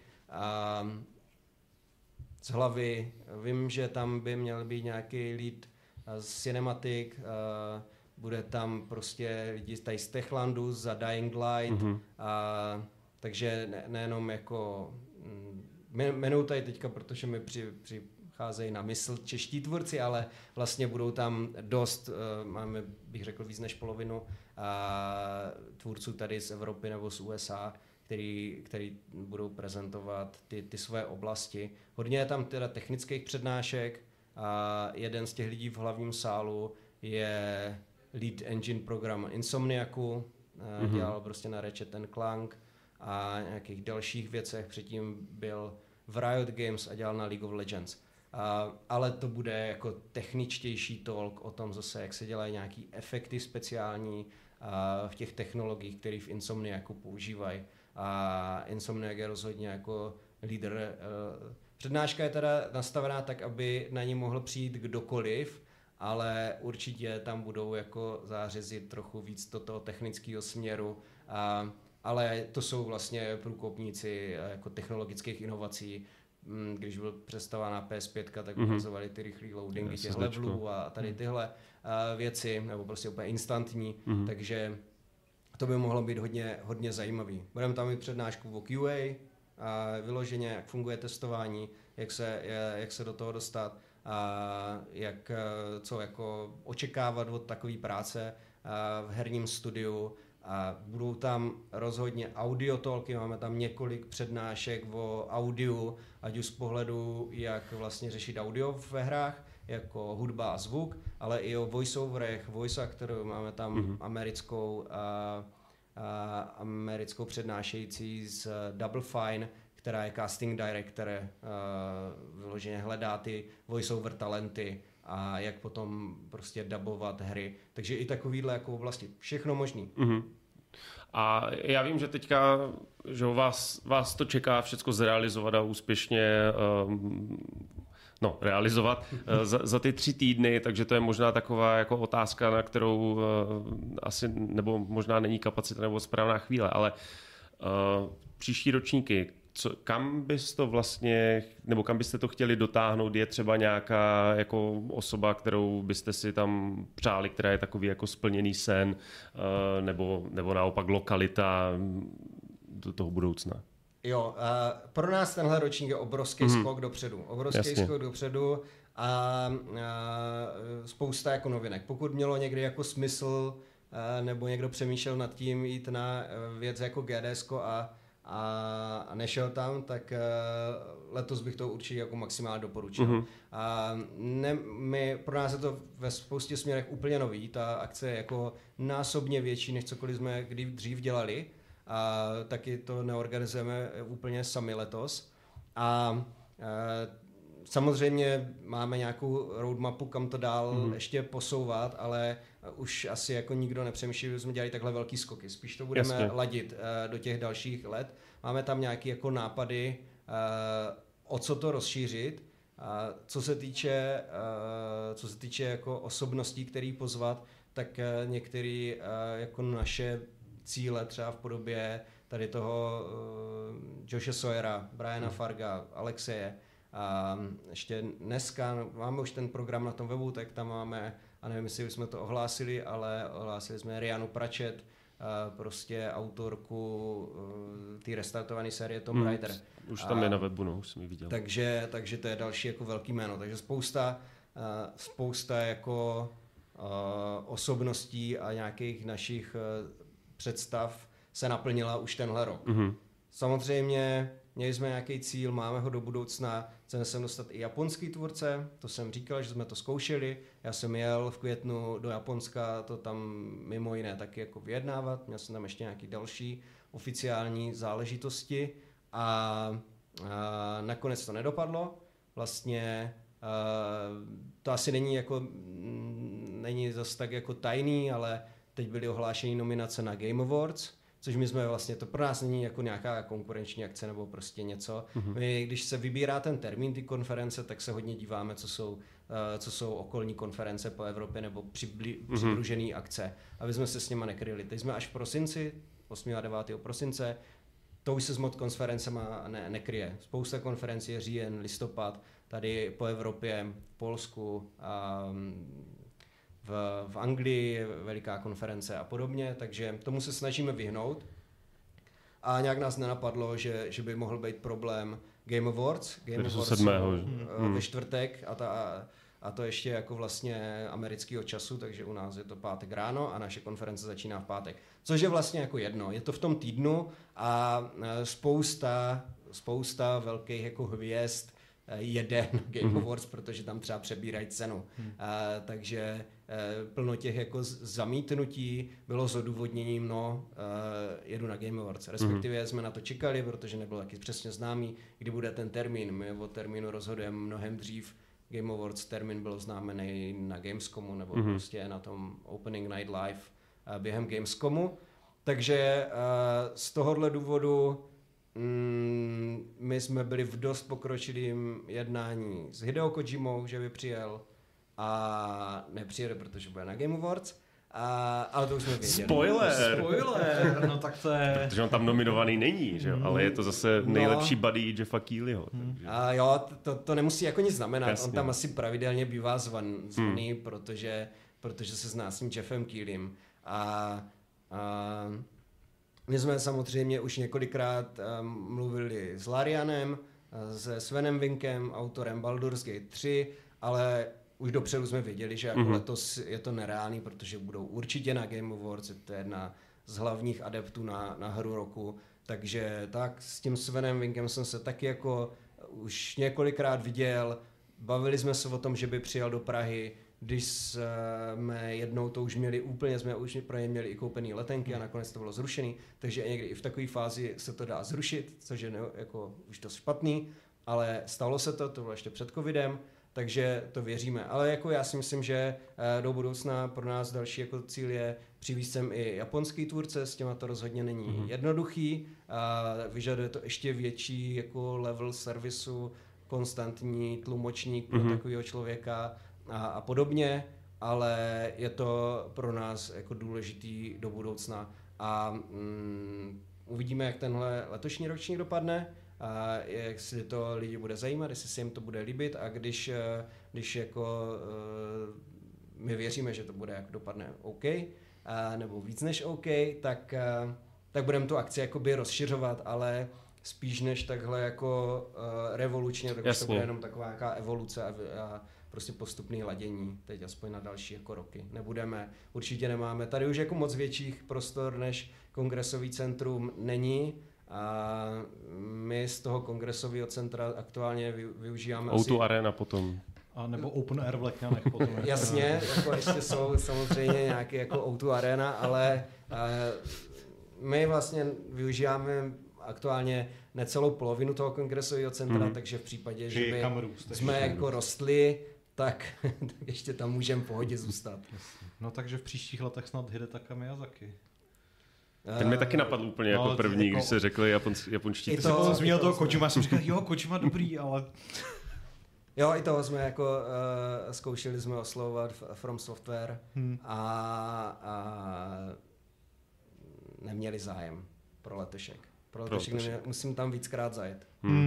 z hlavy. Vím, že tam by měl být nějaký lead z Cinematic, bude tam prostě lidi tady z Techlandu, za Dying Light, takže nejenom jako jmenuji tady teďka, protože mi přicházejí na mysl čeští tvůrci, ale vlastně budou tam dost, máme, bych řekl, víc než polovinu tvůrců tady z Evropy nebo z USA, který budou prezentovat ty své oblasti. Hodně je tam teda technických přednášek a jeden z těch lidí v hlavním sálu je lead engine program Insomniacu, dělal prostě na Ratchet & Clank a nějakých dalších věcech, předtím byl v Riot Games a dělal na League of Legends. Ale to bude jako techničtější talk o tom zase, jak se dělají nějaký efekty speciální v těch technologiích, které v Insomniacu používají. A Insomniac je rozhodně jako lídr. Přednáška je teda nastavená tak, aby na ní mohl přijít kdokoliv, ale určitě tam budou jako zářezy trochu víc do toho technického směru, ale to jsou vlastně průkopníci jako technologických inovací. Když byl představována PS5, tak ukazovali ty rychlý loadingy těch levelů a tady tyhle věci, nebo prostě úplně instantní, takže to by mohlo být hodně zajímavý. Budeme tam mít přednášku o QA, vyloženě, jak funguje testování, jak se do toho dostat, a co jako očekávat od takové práce v herním studiu. A budou tam rozhodně audiotolky, máme tam několik přednášek o audiu, ať už z pohledu, jak vlastně řešit audio ve hrách, jako hudba a zvuk, ale i o voiceoverech, voice actoru, máme tam americkou přednášející z Double Fine, která je casting director, vyloženě hledá ty voiceover talenty a jak potom prostě dabovat hry. Takže i takovýhle jako oblasti. Všechno možný. A já vím, že teďka že vás to čeká všechno zrealizovat a úspěšně realizovat za ty 3 týdny, takže to je možná taková jako otázka, na kterou asi, nebo možná není kapacita nebo správná chvíle, ale příští ročníky, kam byste to chtěli dotáhnout? Je třeba nějaká jako osoba, kterou byste si tam přáli, která je takový jako splněný sen, nebo naopak lokalita do toho budoucna? Jo, pro nás tenhle ročník je obrovský skok dopředu. Skok dopředu a spousta jako novinek. Pokud mělo někdy jako smysl, nebo někdo přemýšlel nad tím jít na věc jako GDSko a nešel tam, tak letos bych to určitě jako maximálně doporučil. Pro nás je to ve spoustě směrech úplně nový, ta akce je jako násobně větší, než cokoliv jsme kdy dřív dělali, a taky to neorganizujeme úplně sami letos. Samozřejmě máme nějakou roadmapu, kam to dál ještě posouvat, ale už asi jako nikdo nepřemýšlí, že jsme dělali takhle velký skoky. Spíš to budeme ladit do těch dalších let. Máme tam nějaké jako nápady, o co to rozšířit. Co se týče jako osobností, který pozvat, tak některé jako naše cíle třeba v podobě tady toho Joshe Sawyera, Briana Farga, Alexeje. A ještě dneska máme už ten program na tom webu, tak tam máme, a nevím, jestli jsme to ohlásili, ale ohlásili jsme Rianu Pratchett, prostě autorku té restartované série Tomb Raider. Už tam je na webu, už jsem ji viděl. Takže to je další jako velký jméno. Takže spousta jako osobností a nějakých našich představ se naplnila už tenhle rok. Samozřejmě měli jsme nějaký cíl, máme ho do budoucna, chceme sem dostat i japonský tvůrce, to jsem říkal, že jsme to zkoušeli, já jsem jel v květnu do Japonska, to tam mimo jiné taky jako vyjednávat, měl jsem tam ještě nějaký další oficiální záležitosti a nakonec to nedopadlo, vlastně to asi není zase tak jako tajný, ale teď byly ohlášeny nominace na Game Awards, což my jsme vlastně, to pro nás není jako nějaká konkurenční akce nebo prostě něco. My, když se vybírá ten termín, ty konference, tak se hodně díváme, co jsou okolní konference po Evropě nebo přidružené akce, aby jsme se s nima nekryli. Teď jsme až v prosinci, 8. a 9. prosince, to už se s mod konferencema nekryje. Spousta konferencí je říjen, listopad, tady po Evropě, v Polsku, v Anglii je veliká konference a podobně, takže tomu se snažíme vyhnout. A nějak nás nenapadlo, že by mohl být problém Game Awards. Game Awards 7. ve čtvrtek a to ještě jako vlastně amerického času, takže u nás je to pátek ráno a naše konference začíná v pátek. Což je vlastně jako jedno. Je to v tom týdnu a spousta velkých jako hvězd jede na Game Awards, protože tam třeba přebírají cenu. Takže plno těch jako zamítnutí bylo s odůvodněním, jedu na Game Awards. Respektive jsme na to čekali, protože nebylo taky přesně známý, kdy bude ten termín. My o termínu rozhodujeme mnohem dřív. Game Awards termín byl známený na Gamescomu nebo prostě na tom Opening Night Live během Gamescomu. Takže z tohohle důvodu my jsme byli v dost pokročilým jednání s Hideo Kojimou, že by přijel a nepřijede, protože bude na Game Awards. Ale to už jsme věděli. Spoiler! No tak to je... Protože on tam nominovaný není, že jo? Ale je to zase nejlepší buddy Jeffa Keighleyho. A jo, to nemusí jako nic znamenat. Jasně. On tam asi pravidelně bývá zvaný, protože se zná s tím Jeffem Keigleym. A my jsme samozřejmě už několikrát mluvili s Larianem, se Svenem Vinkem, autorem Baldur's Gate 3, ale už dopředu jsme věděli, že jako letos je to nereálný, protože budou určitě na Game Awards, to je jedna z hlavních adeptů na hru roku. Takže tak s tím Svenem Vinkem jsem se taky jako už několikrát viděl, bavili jsme se o tom, že by přijel do Prahy, když jsme jednou to už měli úplně, jsme už pro ně měli i koupený letenky a nakonec to bylo zrušený, takže někdy i v takové fázi se to dá zrušit, což je jako už dost špatný, ale stalo se to bylo ještě před covidem, takže to věříme. Ale jako já si myslím, že do budoucna pro nás další jako cíl je přivést sem i japonský tvůrce, s těma to rozhodně není jednoduchý, vyžaduje to ještě větší jako level servisu, konstantní tlumočník pro takového člověka, a podobně, ale je to pro nás jako důležitý do budoucna a uvidíme, jak tenhle letošní ročník dopadne, a jestli to lidi bude zajímat, jestli se jim to bude líbit a když jako my věříme, že to bude jako dopadne OK, nebo víc než OK, tak budeme tu akci jakoby rozšiřovat, ale spíš než takhle jako revolučně, tak to bude jenom taková nějaká evoluce a prostě postupný ladění, teď aspoň na další jako roky. Určitě nemáme. Tady už jako moc větších prostor než kongresový centrum není a my z toho kongresového centra aktuálně využíváme O2 Arena potom. A nebo Open Air v Letňanech potom. Jasně, jako ještě jsou samozřejmě nějaké jako O2 Arena, ale my vlastně využíváme aktuálně necelou polovinu toho kongresového centra, takže v případě, že by jsme jako rostli, tak ještě tam můžeme v pohodě zůstat. No takže v příštích letech snad Hidetaka Miyazaki. Ten mi taky napadl úplně jako první, když se řekli japonští. Ty jsi potom zmínil toho Kojima, jsem říkal, jo, Kojima dobrý, ale... Jo, i toho jsme jako zkoušeli jsme oslovovat From Software a neměli zájem pro letošek. Musím tam víckrát zajet.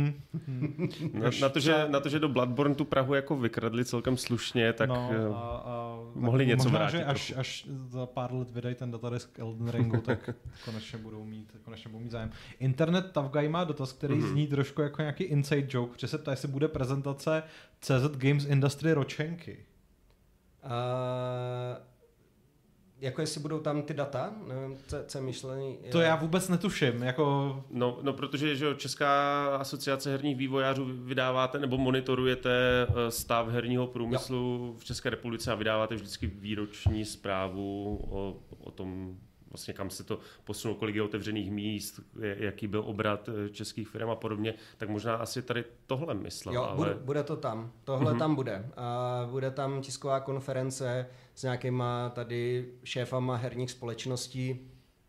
Na to, že do Bloodborne tu Prahu jako vykradli celkem slušně, tak mohli něco vrátit. Možná, že až za pár let vydají ten datadisk Elden Ringu, tak konečně budou mít zájem. Internet Tough Guy má dotaz, který zní trošku jako nějaký inside joke, protože se ptá, jestli bude prezentace CZ Games Industry ročenky. Jako jestli budou tam ty data, nevím, co je myšlený. To já vůbec netuším. Jako... No, protože že Česká asociace herních vývojářů vydáváte nebo monitorujete stav herního průmyslu v České republice a vydáváte vždycky výroční zprávu o tom, vlastně kam se to posunulo, kolik je otevřených míst, jaký byl obrat českých firm a podobně, tak možná asi tady tohle myslel. Jo, ale... bude to tam. Tohle tam bude. A bude tam tisková konference s nějakýma tady šéfama herních společností.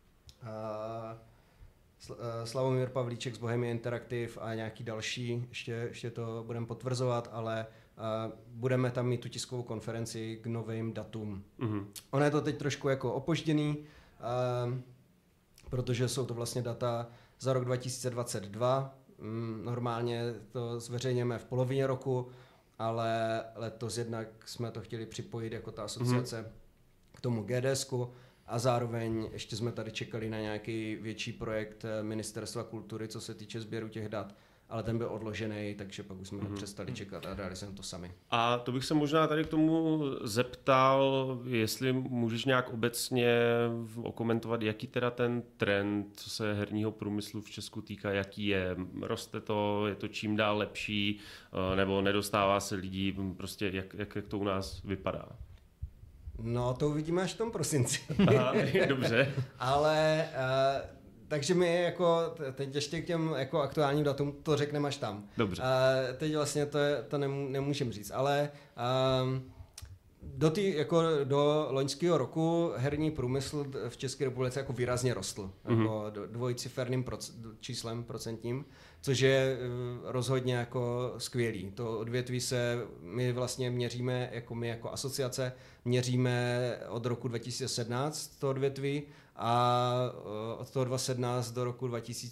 Slavomír Pavlíček z Bohemia Interactive a nějaký další, ještě to budeme potvrzovat, ale budeme tam mít tu tiskovou konferenci k novým datům. Ono je to teď trošku jako opožděný, protože jsou to vlastně data za rok 2022. Normálně to zveřejněme v polovině roku, ale letos jednak jsme to chtěli připojit jako ta asociace k tomu GDSku a zároveň ještě jsme tady čekali na nějaký větší projekt Ministerstva kultury, co se týče sběru těch dat, ale ten byl odložený, takže pak už jsme přestali čekat a dali jsme to sami. A to bych se možná tady k tomu zeptal, jestli můžeš nějak obecně okomentovat, jaký teda ten trend, co se herního průmyslu v Česku týká, jaký je. Roste to, je to čím dál lepší, nebo nedostává se lidí, prostě jak to u nás vypadá? No, to uvidíme až v tom prosinci. Aha, dobře. Ale... takže my jako, teď ještě k těm jako aktuálním datům, to řekneme až tam. Dobře. Teď vlastně to nemůžem říct, ale do loňského roku herní průmysl v České republice jako výrazně rostl, jako dvojciferným číslem procentním, což je rozhodně jako skvělý. To odvětví my vlastně měříme, my jako asociace měříme od roku 2017 to odvětví, a od toho 2017 do roku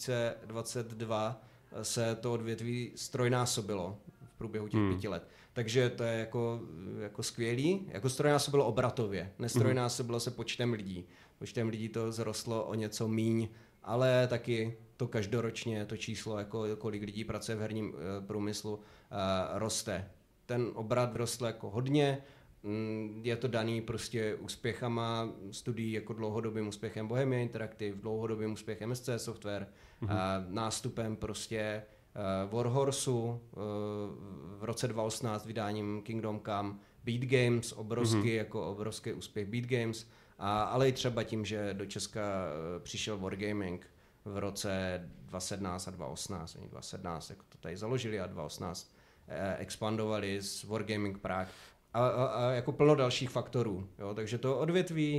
2022 se to odvětví strojnásobilo v průběhu těch 5 let. Takže to je jako skvělý. Jako strojnásobilo obratově. Nestrojnásobilo se počtem lidí. Počtem lidí to zrostlo o něco míň, ale taky to každoročně, to číslo, jako kolik lidí pracuje v herním průmyslu, roste. Ten obrat rostl jako hodně. Je to daný prostě úspěchama studií, jako dlouhodobým úspěchem Bohemia Interactive, dlouhodobým úspěchem SC Software, nástupem prostě Warhorseu v roce 2018 vydáním Kingdom Come, Beat Games, obrovský úspěch Beat Games, ale i třeba tím, že do Česka přišel Wargaming v roce 2017 a 2018. Oni 2017 jako to tady založili a 2018 expandovali z Wargaming Prague. A jako plno dalších faktorů. Jo? Takže to odvětví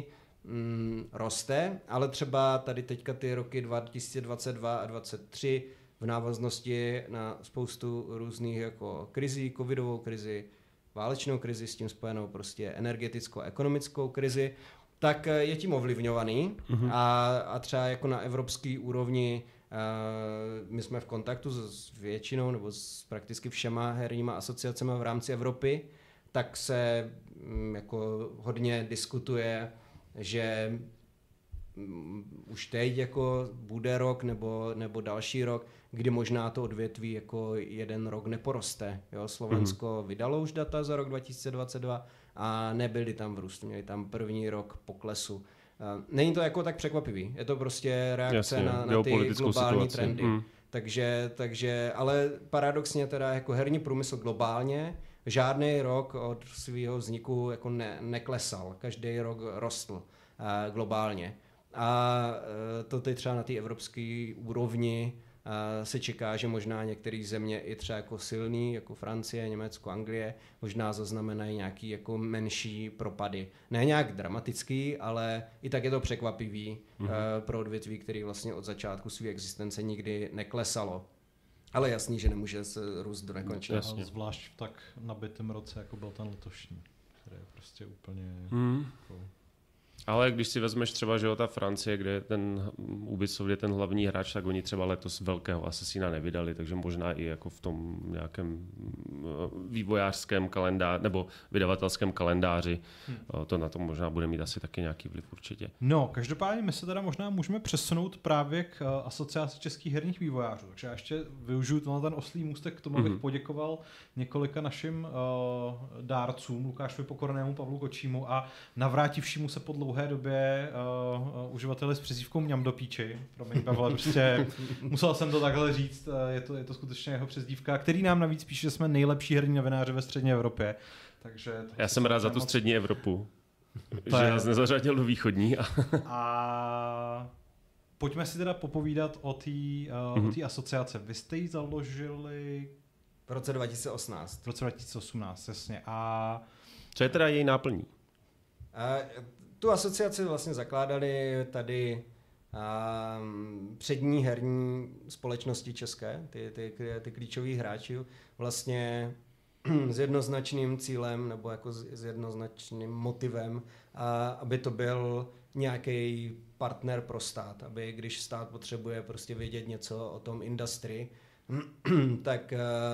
roste, ale třeba tady teďka ty roky 2022 a 2023 v návaznosti na spoustu různých jako krizí, covidovou krizi, válečnou krizi s tím spojenou prostě energeticko-ekonomickou krizi, tak je tím ovlivňovaný a třeba jako na evropské úrovni my jsme v kontaktu s většinou nebo s prakticky všema herníma asociacemi v rámci Evropy, tak se jako hodně diskutuje, že už teď jako bude rok nebo další rok, kdy možná to odvětví jako jeden rok neporoste. Jo? Slovensko vydalo už data za rok 2022 a nebyli tam v růstu, měli tam první rok poklesu. Není to jako tak překvapivý, je to prostě reakce na ty globální trendy. Takže, ale paradoxně teda jako herní průmysl globálně žádný rok od svého vzniku jako neklesal, každý rok rostl globálně. A to teď třeba na té evropské úrovni se čeká, že možná některé země i třeba jako silný, jako Francie, Německo, Anglie, možná zaznamenají nějaký jako menší propady. Ne nějak dramatický, ale i tak je to překvapivý pro odvětví, který vlastně od začátku své existence nikdy neklesalo. Ale jasný, že nemůže se růst do nekonečna. Zvlášť v tak nabitém roce, jako byl ten letošní, který je prostě úplně... Jako... Ale když si vezmeš třeba, že ta Francie, kde ten Ubisoft je ten hlavní hráč, tak oni třeba letos velkého Assassina nevydali, takže možná i jako v tom nějakém vývojářském kalendáři nebo vydavatelském kalendáři to na tom možná bude mít asi taky nějaký vliv určitě. No, každopádně my se teda možná můžeme přesunout právě k Asociaci českých herních vývojářů, takže já ještě využiju ten oslý můstek k tomu, abych poděkoval několika našim dárcům, Lukášovi Pokornému, Pavlu Kočímu a navrátivšímu se po dlouhé době uživateli s přezdívkou Mňam do píči. Promiň, Pavle, prostě musel jsem to takhle říct, je to skutečně jeho přezdívka, který nám navíc píše, že jsme nejlepší herní novináři ve střední Evropě. Takže já jsem rád za tu střední Evropu, že nás nezařadil do východní. A pojďme si teda popovídat o té asociace. Vy jste ji založili v roce 2018. V roce 2018, jasně. A co je teda její náplní? Tu asociaci vlastně zakládali tady přední herní společnosti české, ty klíčoví hráči, vlastně s jednoznačným cílem nebo jako s jednoznačným motivem, aby to byl nějaký partner pro stát, aby když stát potřebuje prostě vědět něco o tom industry, tak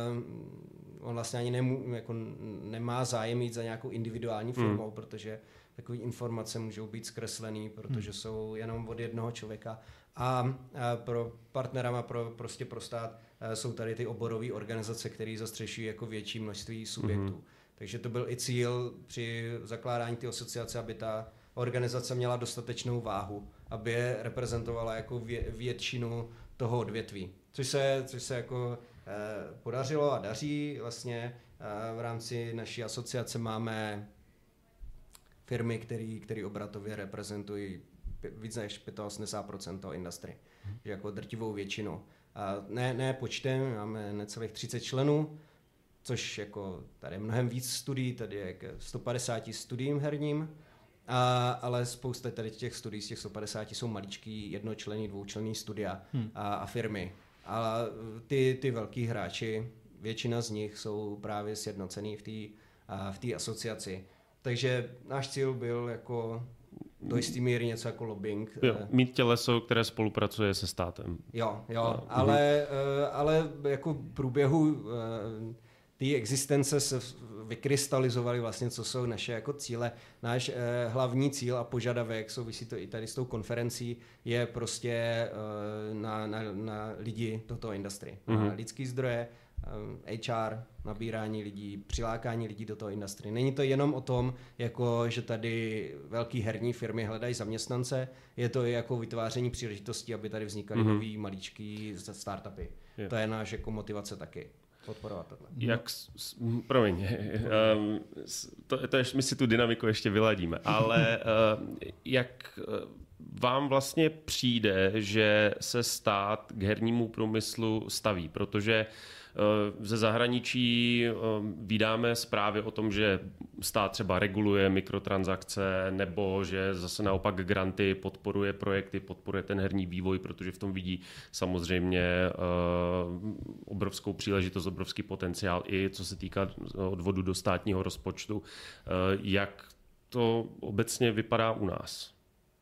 on vlastně ani nemá zájem jít za nějakou individuální firmou, protože takové informace můžou být zkreslený, protože jsou jenom od jednoho člověka. A pro partnerama, pro stát jsou tady ty oborové organizace, které zastřešují jako větší množství subjektů. Takže to byl i cíl při zakládání té asociace, aby ta organizace měla dostatečnou váhu, aby je reprezentovala jako většinu toho odvětví. Což se jako podařilo a daří. Vlastně v rámci naší asociace máme firmy, které obratově reprezentují víc než 85% toho industry. Že jako drtivou většinu. A ne počtem, máme necelých 30 členů, což jako tady je mnohem víc studií, tady je k 150 studiím herním, ale spousta tady těch studií z těch 150 jsou maličký, jednočlenný, dvoučlenný studia a firmy. A ty velký hráči, většina z nich jsou právě sjednocený v té asociaci. Takže náš cíl byl jako do jistý míry něco jako lobbying. Jo, mít těleso, které spolupracuje se státem. Jo, ale jako v průběhu té existence se vykrystalizovaly vlastně, co jsou naše jako cíle. Náš hlavní cíl a požadavek, souvisí to i tady s tou konferencí, je prostě na lidi do toho industry. Na lidský zdroje, HR, nabírání lidí, přilákání lidí do toho industry. Není to jenom o tom, jako, že tady velké herní firmy hledají zaměstnance, je to i jako vytváření příležitostí, aby tady vznikaly nový maličký startupy. Yeah. To je náš jako motivace taky. Podporovat tohle. Promiň, my si tu dynamiku ještě vyladíme, ale jak vám vlastně přijde, že se stát k hernímu průmyslu staví, protože ze zahraničí vídáme zprávy o tom, že stát třeba reguluje mikrotransakce nebo že zase naopak granty podporuje projekty, podporuje ten herní vývoj, protože v tom vidí samozřejmě obrovskou příležitost, obrovský potenciál i co se týká odvodu do státního rozpočtu. Jak to obecně vypadá u nás?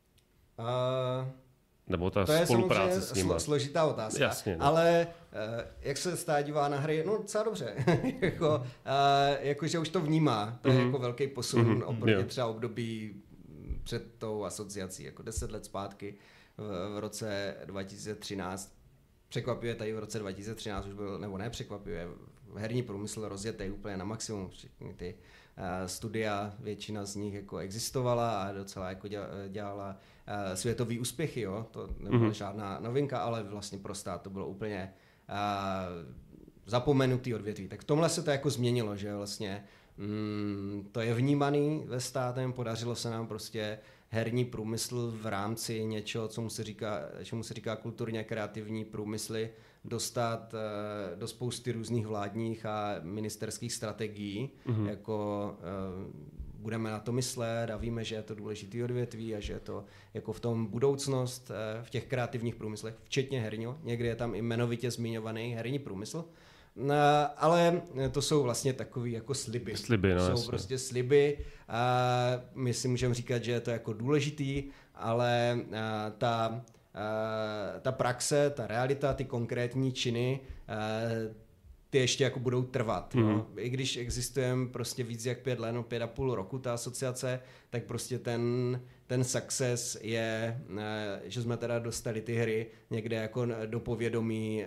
Nebo ta to spolupráce s nimi. To je složitá otázka, jasně, no. Ale jak se stát dívá na hry, no docela dobře. Jakože už to vnímá, to je jako velký posun oproti třeba období před tou asociací, jako 10 let zpátky v roce 2013. Překvapivě tady v roce 2013 už byl, nebo ne překvapivě, herní průmysl rozjetý úplně na maximum. Všechny ty studia, většina z nich jako existovala a docela jako dělala světový úspěchy, jo? To nebyla žádná novinka, ale vlastně pro stát to bylo úplně zapomenutý odvětví. Tak v tomhle se to jako změnilo, že vlastně to je vnímaný ve státem, podařilo se nám prostě herní průmysl v rámci něčeho, čemu se říká kulturně kreativní průmysly, dostat do spousty různých vládních a ministerských strategií, jako budeme na to myslet a víme, že je to důležitý odvětví a že je to jako v tom budoucnost v těch kreativních průmyslech, včetně herního. Někdy je tam i jmenovitě zmiňovaný herní průmysl. Ale to jsou vlastně takový jako sliby. Sliby, no, jsou jasně. prostě sliby. My si můžeme říkat, že je to jako důležitý, ale ta praxe, ta realita, ty konkrétní činy, ty ještě jako budou trvat. No. I když existujeme prostě víc jak 5 let, 5,5 roku ta asociace, tak prostě ten success je, že jsme teda dostali ty hry někde jako do povědomí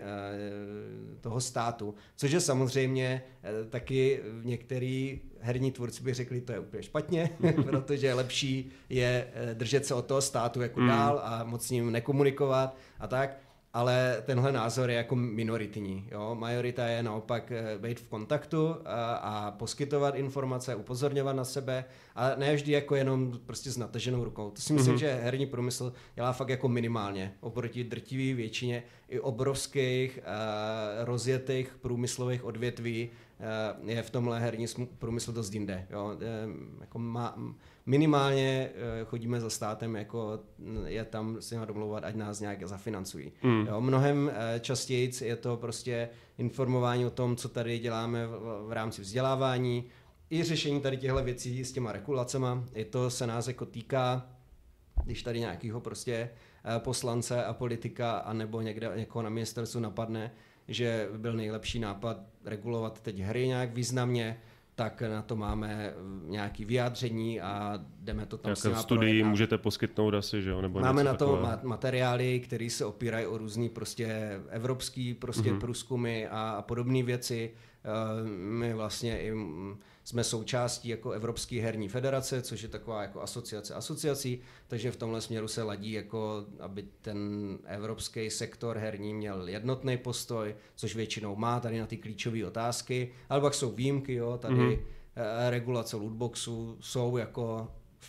toho státu. Což je samozřejmě taky některý herní tvůrci by řekli, to je úplně špatně, protože lepší je držet se od toho státu jako dál a moc s ním nekomunikovat a tak. Ale tenhle názor je jako minoritní. Jo? Majorita je naopak být v kontaktu a poskytovat informace, upozorňovat na sebe a ne vždy jako jenom prostě s nataženou rukou. To si myslím, že herní průmysl dělá fakt jako minimálně oproti drtivé většině i obrovských rozjetých průmyslových odvětví je v tomhle herní průmysl dost jinde. Jo? Jako minimálně chodíme za státem, jako je tam si domlouvat, ať nás nějak zafinancují. Jo, mnohem častěji je to prostě informování o tom, co tady děláme v rámci vzdělávání, i řešení tady těchto věcí s těma regulacema. I to se nás jako týká, když tady nějakýho prostě poslance a politika anebo někde někoho na ministerstvu napadne, že byl nejlepší nápad regulovat teď hry nějak významně, tak na to máme nějaké vyjádření a jdeme to tam s nima studii projednat. Můžete poskytnout asi, že jo? Nebo máme na to takové materiály, které se opírají o různý prostě evropský prostě průzkumy a podobné věci. My vlastně i jsme součástí jako Evropské herní federace, což je taková jako asociace asociací, takže v tomhle směru se ladí, jako aby ten evropský sektor herní měl jednotný postoj, což většinou má tady na ty klíčové otázky, ale pak jsou výjimky, jo, tady regulace lootboxů jsou jako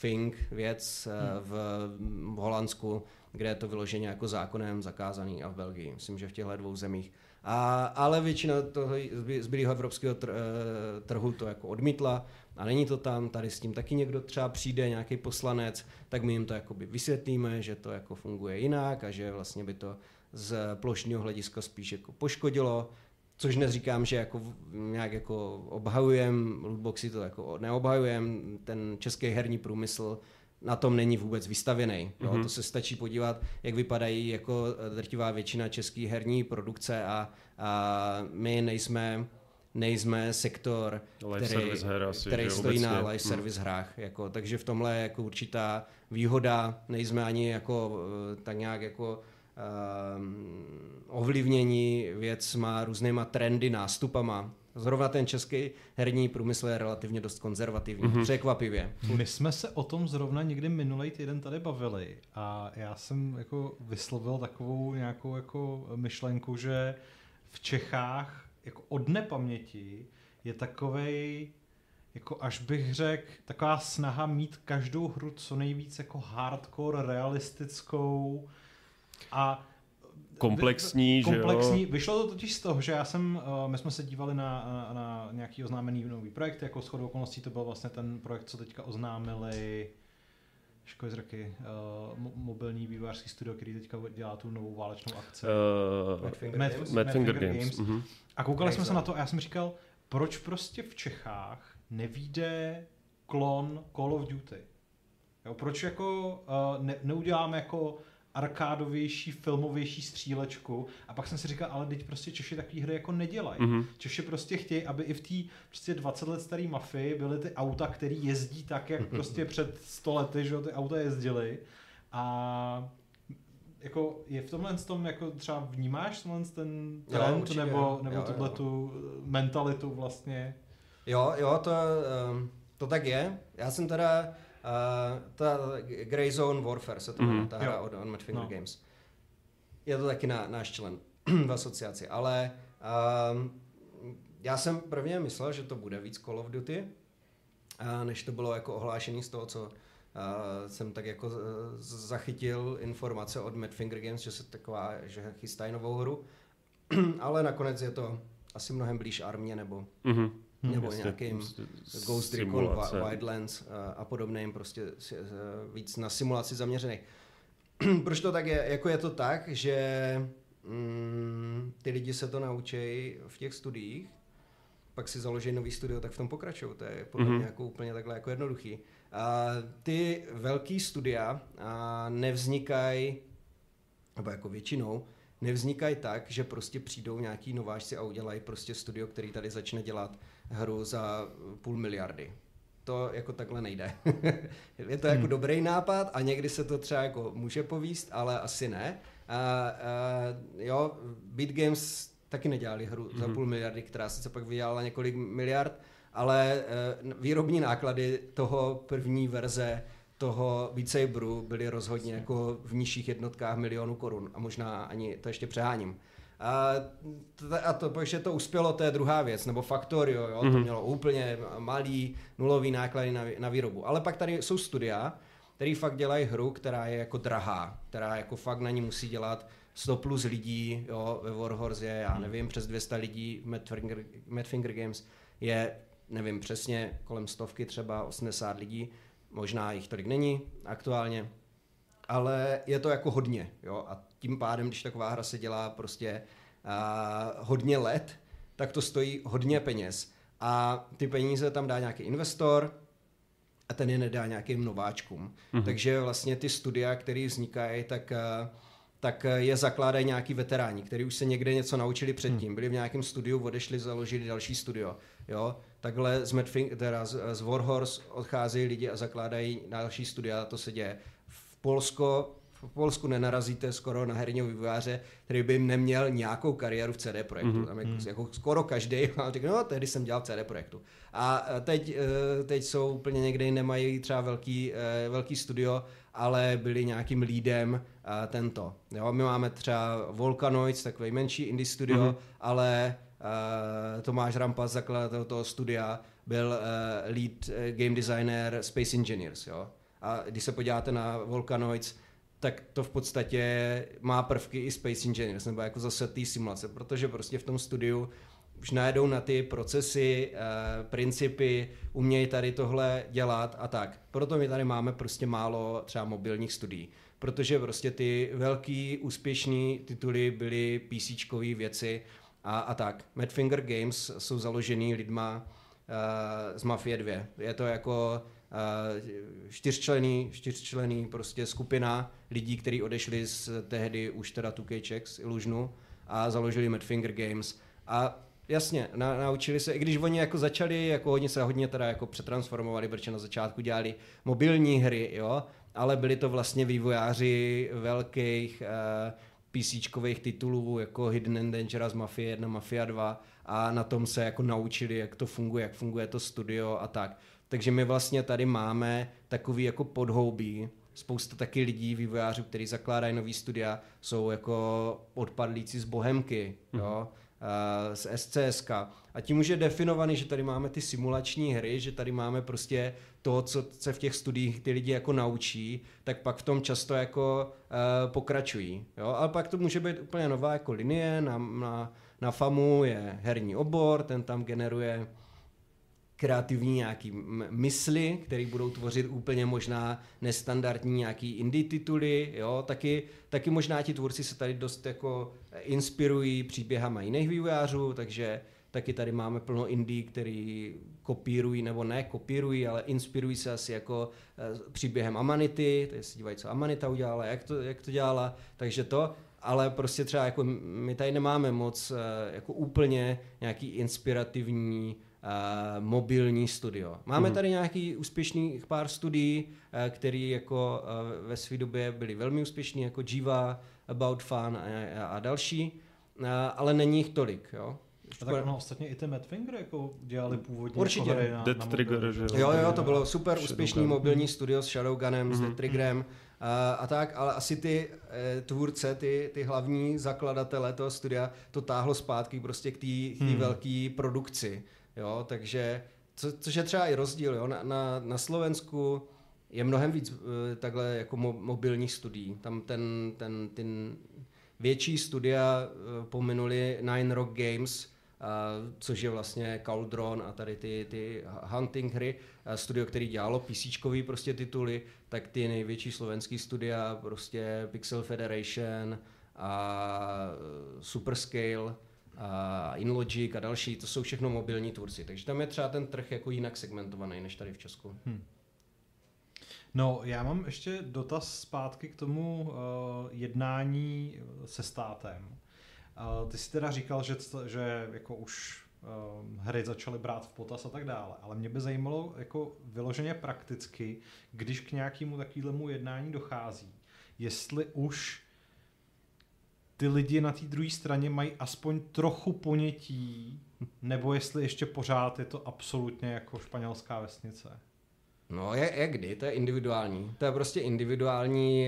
věc v Holandsku, kde je to vyloženě jako zákonem zakázaný a v Belgii. Myslím, že v těchto 2 zemích. Ale většina toho zbylého evropského trhu to jako odmítla a není to tam. Tady s tím taky někdo třeba přijde, nějaký poslanec, tak my jim to jakoby vysvětlíme, že to jako funguje jinak a že vlastně by to z plošného hlediska spíš jako poškodilo. Což neříkám, že jako nějak jako obhajujem, lootboxy to jako neobhajujem, ten český herní průmysl na tom není vůbec vystavěný. To se stačí podívat, jak vypadají jako drtivá většina české herní produkce a my nejsme sektor, který stojí na live service hrách. Jako, takže v tomhle je jako určitá výhoda, nejsme ani jako tak nějak jako ovlivnění věcma, různýma trendy, nástupama. Zrovna ten český herní průmysl je relativně dost konzervativní, překvapivě. My jsme se o tom zrovna někdy minulý týden tady bavili a já jsem jako vyslovil takovou nějakou jako myšlenku, že v Čechách jako od nepaměti je takovej, jako až bych řekl, taková snaha mít každou hru co nejvíc jako hardcore, realistickou a komplexní, že jo? Vyšlo to totiž z toho, že my jsme se dívali na nějaký oznámený nový projekt, jako shodou okolností to byl vlastně ten projekt, co teďka oznámili Školy z Raky, mobilní vývojářský studio, který teďka dělá tu novou válečnou akci. Mad Finger Games. A koukali jsme se na to a já jsem říkal, proč prostě v Čechách nevyjde klon Call of Duty? Jo, proč jako neuděláme jako arkádovější, filmovější střílečku a pak jsem si říkal, ale teď prostě Češi takový hry jako nedělají. Češi prostě chtějí, aby i v té prostě 20 let starý mafii byly ty auta, které jezdí tak, jak prostě před 100 lety, že ty auta jezdily a jako je v tomhle tom, jako třeba vnímáš ten trend nebo tu mentalitu vlastně? Jo, to tak je. Já jsem teda ta Grey Zone Warfare se to jmenuje, ta hra od Mad Finger Games. Je to taky náš člen v asociaci, ale já jsem prvně myslel, že to bude víc Call of Duty, než to bylo jako ohlášený z toho, co jsem tak jako zachytil informace od Mad Finger Games, že se taková, že chystají novou hru, ale nakonec je to asi mnohem blíž armě nebo nějakým Ghost Recon Wildlands a podobným, prostě víc na simulaci zaměřených. Proč to tak je? Jako je to tak, že ty lidi se to naučí v těch studiích, pak si založí nový studio, tak v tom pokračují. To je podle mě jako úplně takhle jako jednoduchý. Ty velký studia nevznikají, nebo jako většinou, nevznikají tak, že prostě přijdou nějaký nováčci a udělají prostě studio, který tady začne dělat hru za 500 miliony. To jako takhle nejde. Je to jako dobrý nápad a někdy se to třeba jako může povíst, ale asi ne. Jo, Beat Games taky nedělali hru za 500 miliony, která sice pak vydělala několik miliard, ale výrobní náklady toho první verze toho Beat Saberu byly rozhodně jako v nižších jednotkách milionů korun a možná ani to ještě přeháním. A to, protože to uspělo, to je druhá věc, nebo Factorio, jo, to mělo úplně malý nulový náklady na výrobu. Ale pak tady jsou studia, který fakt dělají hru, která je jako drahá, která jako fakt na ní musí dělat 100 plus lidí, jo, ve Warhorse je, já nevím, přes 200 lidí, Mad Finger Games je, nevím, přesně kolem 100 třeba 80 lidí, možná jich tolik není aktuálně, ale je to jako hodně, jo, a tím pádem, když taková hra se dělá prostě hodně let, tak to stojí hodně peněz a ty peníze tam dá nějaký investor a ten je nedá nějakým nováčkům. Takže vlastně ty studia, které vznikají, tak je zakládají nějaký veteráni, kteří už se někde něco naučili předtím, byli v nějakém studiu, odešli, založili další studio. Jo? Takhle z Warhorse odcházejí lidi a zakládají další studia, to se děje. V Polsku nenarazíte skoro na herního vývojáře, který by neměl nějakou kariéru v CD Projektu. Tam jako skoro každý říká, no tehdy jsem dělal v CD Projektu. A teď jsou úplně někde, nemají třeba velký studio, ale byli nějakým leadem tento. Jo, my máme třeba Volcanoids, takový menší indie studio, ale Tomáš Rampas, zakladatel toho studia, byl lead game designer Space Engineers. Jo? A když se podíváte na Volcanoids, tak to v podstatě má prvky i Space Engineers, nebo jako zase té simulace, protože prostě v tom studiu už najedou na ty procesy, principy, umějí tady tohle dělat a tak. Proto my tady máme prostě málo třeba mobilních studií, protože prostě ty velký úspěšný tituly byly PCčkový věci a tak. Mad Finger Games jsou založený lidma z Mafie 2. Je to jako čtyřčlenný prostě skupina lidí, kteří odešli z tehdy už teda 2K Czech z Illusionu a založili Mad Finger Games a jasně, naučili se, i když oni jako začali, jako oni se hodně teda jako přetransformovali, protože na začátku dělali mobilní hry, jo, ale byli to vlastně vývojáři velkých PCčkových titulů, jako Hidden and Dangerous, Mafia 1, Mafia 2 a na tom se jako naučili, jak to funguje, jak funguje to studio a tak. Takže my vlastně tady máme takový jako podhoubí, spousta taky lidí, vývojářů, kteří zakládají nový studia, jsou jako odpadlíci z Bohemky, jo, z SCSK. A tím už je definovaný, že tady máme ty simulační hry, že tady máme prostě to, co se v těch studiích ty lidi jako naučí, tak pak v tom často jako pokračují. Jo? Ale pak to může být úplně nová jako linie, na FAMu je herní obor, ten tam generuje kreativní nějaký mysli, které budou tvořit úplně možná nestandardní nějaký indie tituly, jo, taky možná ti tvůrci se tady dost jako inspirují příběhama jiných vývojářů, takže taky tady máme plno indie, který kopírují, nebo ne kopírují, ale inspirují se asi jako příběhem Amanity, tady se dívají, co Amanita udělala, jak to dělala, takže to, ale prostě třeba jako my tady nemáme moc jako úplně nějaký inspirativní mobilní studio. Máme tady nějaký úspěšných pár studií, který jako ve své době byly velmi úspěšný, jako Jiva, About Fun a další, ale není jich tolik. Jo? A tak ono ostatně i ty Mad Finger jako dělali původně určitě. Jako hry na Death Trigger, že jo, to bylo super úspěšný mobilní studio s Shadowgunem, s Death Triggerem a tak, ale asi ty tvůrce, ty hlavní zakladatele toho studia to táhlo zpátky prostě k té velké produkci. Jo, takže, což je třeba i rozdíl, jo, na Slovensku je mnohem víc takhle jako mobilních studií. Tam ten větší studia pominuli Nine Rock Games, což je vlastně Cauldron a tady ty hunting hry, studio, který dělalo PCčkový prostě tituly, tak ty největší slovenský studia, prostě Pixel Federation a Superscale a InLogic a další, to jsou všechno mobilní tvůrci. Takže tam je třeba ten trh jako jinak segmentovaný než tady v Česku. No, já mám ještě dotaz zpátky k tomu jednání se státem. Ty jsi teda říkal, že jako už hry začaly brát v potaz a tak dále, ale mě by zajímalo jako vyloženě prakticky, když k nějakému takovému jednání dochází, jestli už ty lidi na té druhé straně mají aspoň trochu ponětí, nebo jestli ještě pořád je to absolutně jako španělská vesnice. No, jak kdy, to je individuální. To je prostě individuální,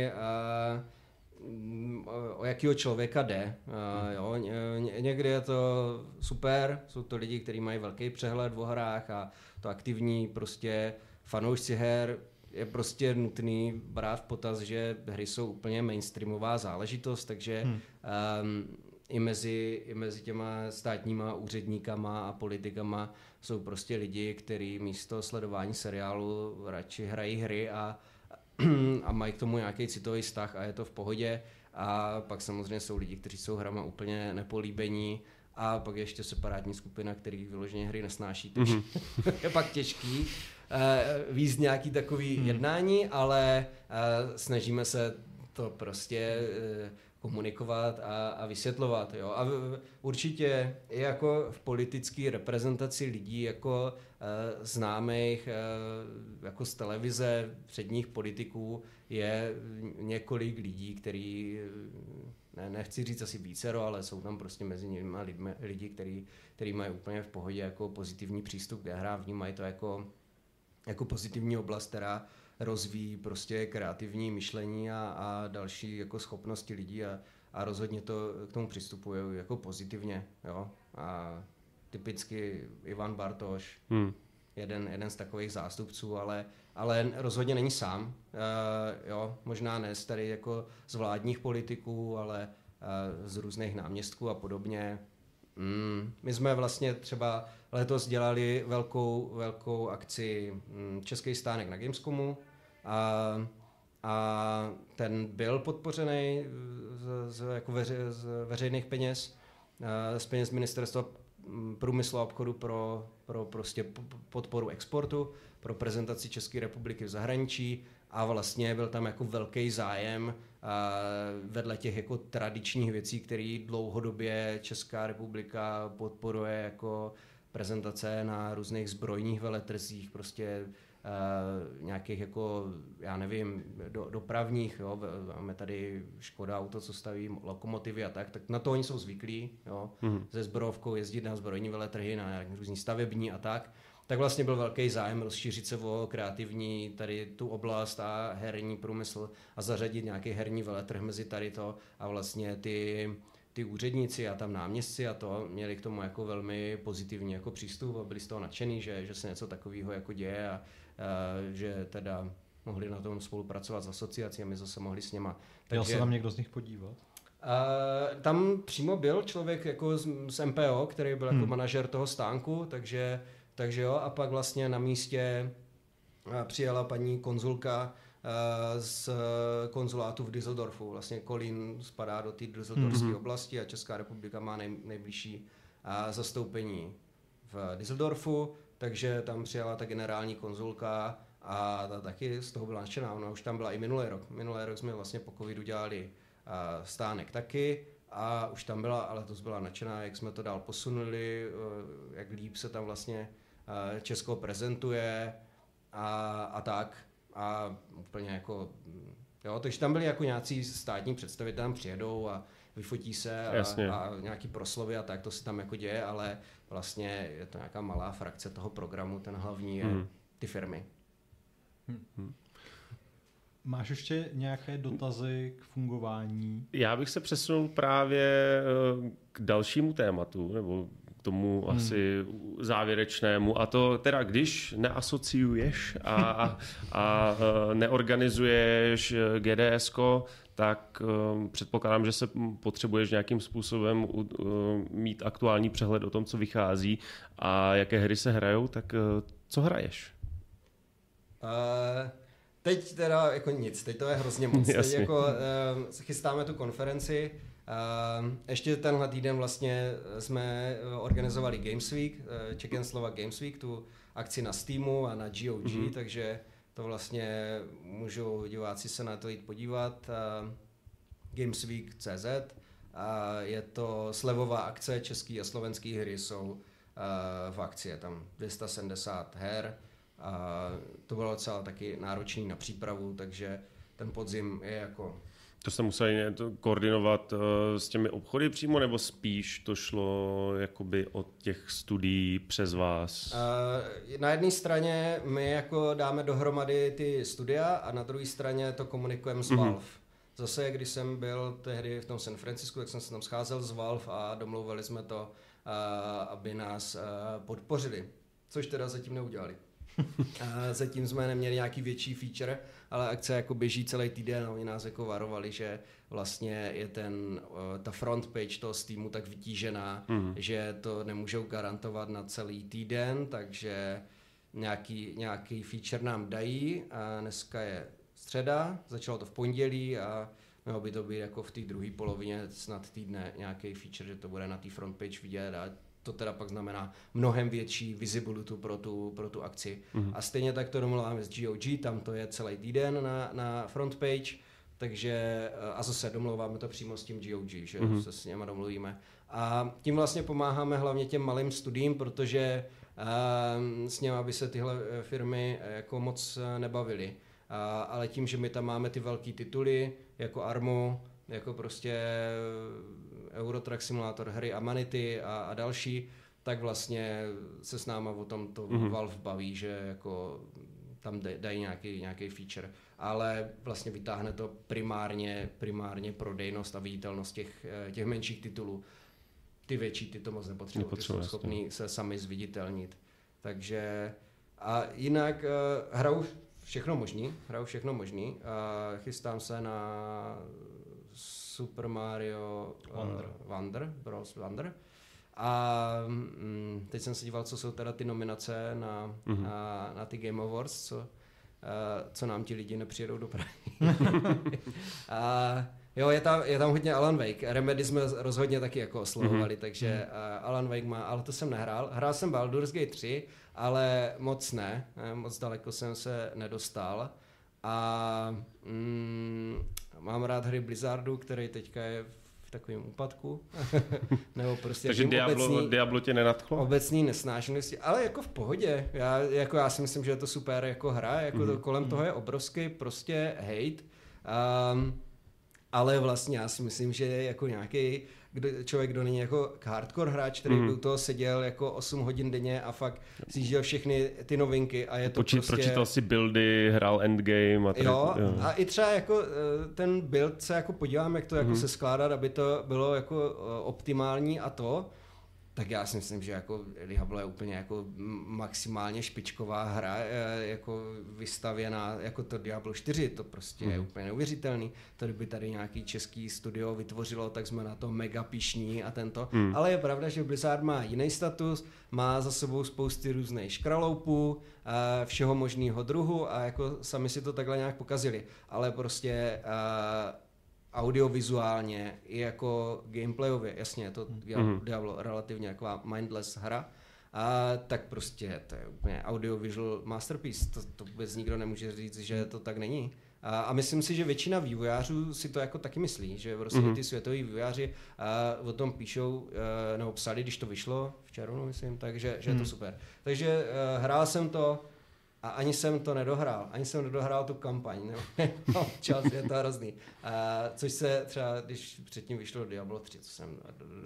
o jakého člověka jde. Jo. Někdy je to super, jsou to lidi, kteří mají velký přehled o hrách a to aktivní prostě fanoušci her je prostě nutný brát v potaz, že hry jsou úplně mainstreamová záležitost, takže i mezi těma státníma úředníkama a politikama jsou prostě lidi, kteří místo sledování seriálu radši hrají hry a mají k tomu nějaký citový vztah a je to v pohodě. A pak samozřejmě jsou lidi, kteří jsou hrama úplně nepolíbení a pak ještě separátní skupina, který vyloženě hry nesnáší. Takže je pak těžký víc nějaký takový jednání, ale snažíme se to prostě komunikovat a vysvětlovat. Jo. A určitě i jako v politické reprezentaci lidí jako známých jako z televize, předních politiků je několik lidí, který nechci říct asi vícero, ale jsou tam prostě mezi nimi lidi, kteří mají úplně v pohodě jako pozitivní přístup k hrám, vnímají to jako pozitivní oblast, která rozvíjí prostě kreativní myšlení a další jako schopnosti lidí a rozhodně to k tomu přistupují jako pozitivně. Jo? A typicky Ivan Bartoš, jeden z takových zástupců, ale rozhodně není sám. Jo? Možná ne tady jako z vládních politiků, ale z různých náměstků a podobně. My jsme vlastně třeba letos dělali velkou akci Český stánek na Gamescomu a ten byl podpořený z veřejných peněz, z peněz Ministerstva průmyslu a obchodu pro prostě podporu exportu, pro prezentaci České republiky v zahraničí a vlastně byl tam jako velký zájem vedle těch jako tradičních věcí, které dlouhodobě Česká republika podporuje jako prezentace na různých zbrojních veletrzích, prostě nějakých jako, já nevím, dopravních, jo, máme tady Škoda Auto, co staví lokomotivy a tak na to oni jsou zvyklí, jo, se zbrojovkou jezdit na zbrojní veletrhy, na různý stavební a tak vlastně byl velký zájem rozšířit se o kreativní tady tu oblast a herní průmysl a zařadit nějaký herní veletrh mezi tady to a vlastně ty úředníci a tam náměstci a to měli k tomu jako velmi pozitivní jako přístup a byli z toho nadšený, že se něco takového jako děje a že teda mohli na tom spolupracovat s asociací a my zase mohli s něma. Jel se tam někdo z nich podívat? Tam přímo byl člověk jako z MPO, který byl jako manažer toho stánku, takže jo, a pak vlastně na místě přijela paní konzulka z konzulátu v Düsseldorfu. Vlastně Kolín spadá do té düsseldorfské oblasti a Česká republika má nejbližší zastoupení v Düsseldorfu, takže tam přijela ta generální konzulka a ta taky z toho byla nadšená. Ona už tam byla i minulý rok. Minulý rok jsme vlastně po covidu dělali stánek taky a už tam byla, ale to byla nadšená, jak jsme to dál posunuli, jak líp se tam vlastně Česko prezentuje a tak. A úplně jako, jo, takže tam byli jako nějací státní představitelé, tam přijedou a vyfotí se a nějaký proslovy a tak, to se tam jako děje, ale vlastně je to nějaká malá frakce toho programu, ten hlavní je ty firmy. Máš ještě nějaké dotazy k fungování? Já bych se přesunul právě k dalšímu tématu, nebo k tomu asi závěrečnému, a to teda, když neasociuješ a neorganizuješ GDS-ko, tak předpokládám, že se potřebuješ nějakým způsobem mít aktuální přehled o tom, co vychází a jaké hry se hrajou, tak co hraješ? Teď teda jako nic, teď to je hrozně moc. Teď jako chystáme tu konferenci Ještě tenhle týden vlastně jsme organizovali Games Week, Czech & Slovak Games Week, tu akci na Steamu a na GOG, takže to vlastně můžou diváci se na to jít podívat. Gamesweek.cz a je to slevová akce, český a slovenský hry jsou v akci, je tam 270 her a to bylo docela taky náročný na přípravu, takže ten podzim je jako... To jste museli koordinovat s těmi obchody přímo, nebo spíš to šlo jakoby od těch studií přes vás? Na jedné straně my jako dáme dohromady ty studia a na druhé straně to komunikujeme s Valve. Zase, když jsem byl tehdy v tom San Francisku, tak jsem se tam scházel s Valve a domlouvali jsme to, aby nás podpořili, což teda zatím neudělali. Zatím jsme neměli nějaký větší feature, ale akce jako běží celý týden a oni nás jako varovali, že vlastně je ta front page toho Steamu tak vytížená, že to nemůžou garantovat na celý týden, takže nějaký feature nám dají a dneska je středa, začalo to v pondělí a mělo by to být jako v té druhé polovině snad týdne nějaký feature, že to bude na té front page vidět a to teda pak znamená mnohem větší visibilitu pro tu akci. A stejně tak to domluváme s GOG, tam to je celý týden na front page, takže a zase domlouváme to přímo s tím GOG, že se s něma domluvíme. A tím vlastně pomáháme hlavně těm malým studiím, protože s něma by se tyhle firmy jako moc nebavily. Ale tím, že my tam máme ty velký tituly, jako Armu, jako prostě Euro Truck Simulator, hry Amanity a další, tak vlastně se s náma o tom to Valve baví, že jako tam dají nějaký feature. Ale vlastně vytáhne to primárně prodejnost a viditelnost těch menších titulů. Ty větší ty to moc nepotřebují, ty jsou schopný se sami zviditelnit. Takže a jinak hraju všechno možný. Chystám se na Super Mario Bros. Wonder. A teď jsem se díval, co jsou teda ty nominace na ty Game Awards, co nám ti lidi nepřijedou do Prahy. Jo, je tam hodně Alan Wake. Remedy jsme rozhodně taky jako oslovovali, takže Alan Wake má, ale to jsem nehrál. Hrál jsem Baldur's Gate 3, ale moc moc daleko jsem se nedostal. A mám rád hry Blizzardu, který teďka je v takovém úpadku. Nebo prostě takže Diablo tě nenadchlo? Obecný nesnášenosti, ale jako v pohodě. Já si myslím, že je to super jako hra, jako to, kolem toho je obrovský prostě hate. Ale vlastně já si myslím, že jako nějaký člověk, kdo není jako hardcore hráč, který by u toho seděl jako 8 hodin denně a fakt sjížděl všechny ty novinky a je to prostě... Pročítal si buildy, hrál endgame a tady... Jo, a i třeba jako ten build se jako podívám, jak to jako se skládat, aby to bylo jako optimální a to, tak já si myslím, že jako Diablo je úplně jako maximálně špičková hra, jako vystavěná jako to Diablo 4, to prostě je úplně neuvěřitelný. To kdyby tady nějaký český studio vytvořilo, tak jsme na to mega pyšní a tento. Ale je pravda, že Blizzard má jiný status, má za sebou spousty různých škraloupů, všeho možného druhu a jako sami si to takhle nějak pokazili. Ale prostě audiovizuálně i jako gameplayově, jasně, je to Diablo relativně taková mindless hra, tak prostě to je úplně audiovisual masterpiece, to vůbec nikdo nemůže říct, že to tak není. A myslím si, že většina vývojářů si to jako taky myslí, že prostě ty světoví vývojáři o tom píšou, nebo psali, když to vyšlo v červnu, myslím, takže že je to super. Takže hrál jsem to, a ani jsem to nedohrál. Ani jsem nedohrál tu kampaň. No, čas je to hrozný. Což se třeba, když předtím vyšlo Diablo 3, co jsem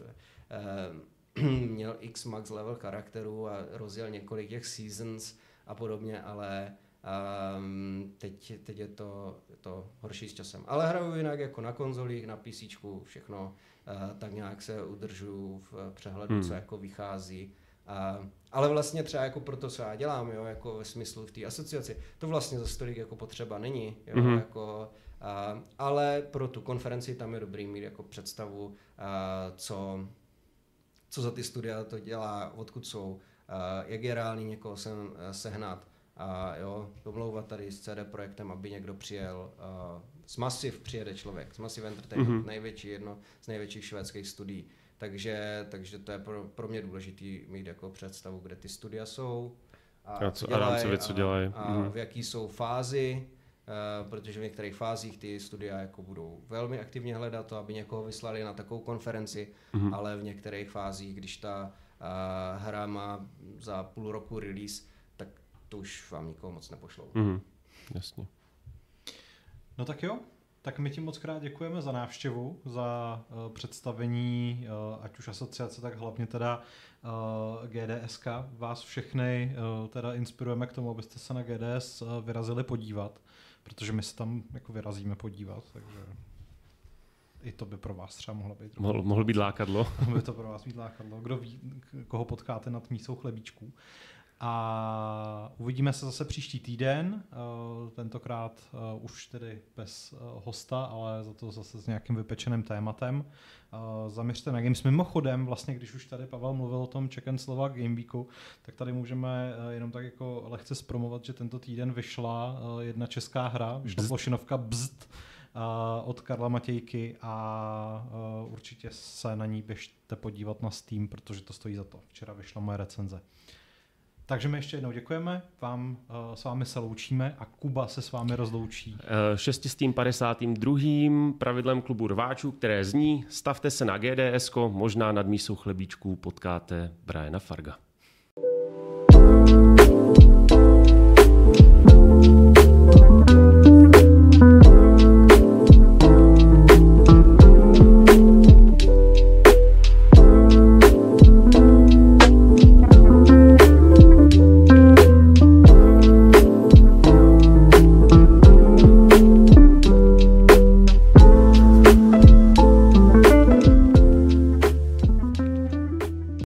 měl x max level charakterů a rozjel několik těch seasons a podobně, ale teď je to horší s časem. Ale hraju jinak jako na konzolích, na PCčku, všechno tak nějak se udržuju v přehledu, co jako vychází. Ale vlastně třeba jako proto, co já dělám, jo, jako ve smyslu v té asociaci, to vlastně za tolik jako potřeba není, jo, jako, ale pro tu konferenci tam je dobrý mít jako představu, co za ty studia to dělá, odkud jsou, jak je reálný někoho sehnat a jo, domlouvat tady s CD Projektem, aby někdo přijel. Z Massive přijede člověk, z Massive Entertainment, jedno z největších švédských studií. Takže to je pro mě důležitý mít jako představu, kde ty studia jsou a co dělají. A v jaký jsou fázi, protože v některých fázích ty studia jako budou velmi aktivně hledat to, aby někoho vyslali na takovou konferenci, ale v některých fázích, když ta hra má za půl roku release, tak to už vám nikoho moc nepošlou. Jasně. No tak jo, tak my ti moc krát děkujeme za návštěvu, za představení ať už asociace, tak hlavně teda GDSK. Vás všechny teda inspirujeme k tomu, abyste se na GDS vyrazili podívat, protože my se tam jako vyrazíme podívat, takže i to by pro vás třeba mohlo být. Mohl být lákadlo. By to pro vás být lákadlo. Kdo ví, koho potkáte nad mísou chlebíčků. A uvidíme se zase příští týden, tentokrát už tedy bez hosta, ale za to zase s nějakým vypečeným tématem. Zaměřte na Games. Mimochodem, vlastně když už tady Pavel mluvil o tom Czech and Slovak Game Weeku, tak tady můžeme jenom tak jako lehce zpromovat, že tento týden vyšla jedna česká hra, vyšla plošinovka Bzd od Karla Matějky a určitě se na ní běžte podívat na Steam, protože to stojí za to. Včera vyšla moje recenze. Takže my ještě jednou děkujeme, s vámi se loučíme a Kuba se s vámi rozloučí. 652. pravidlem klubu rváčů, které zní: stavte se na GDS-ko, možná nad mísou chlebíčků potkáte Briana Farga.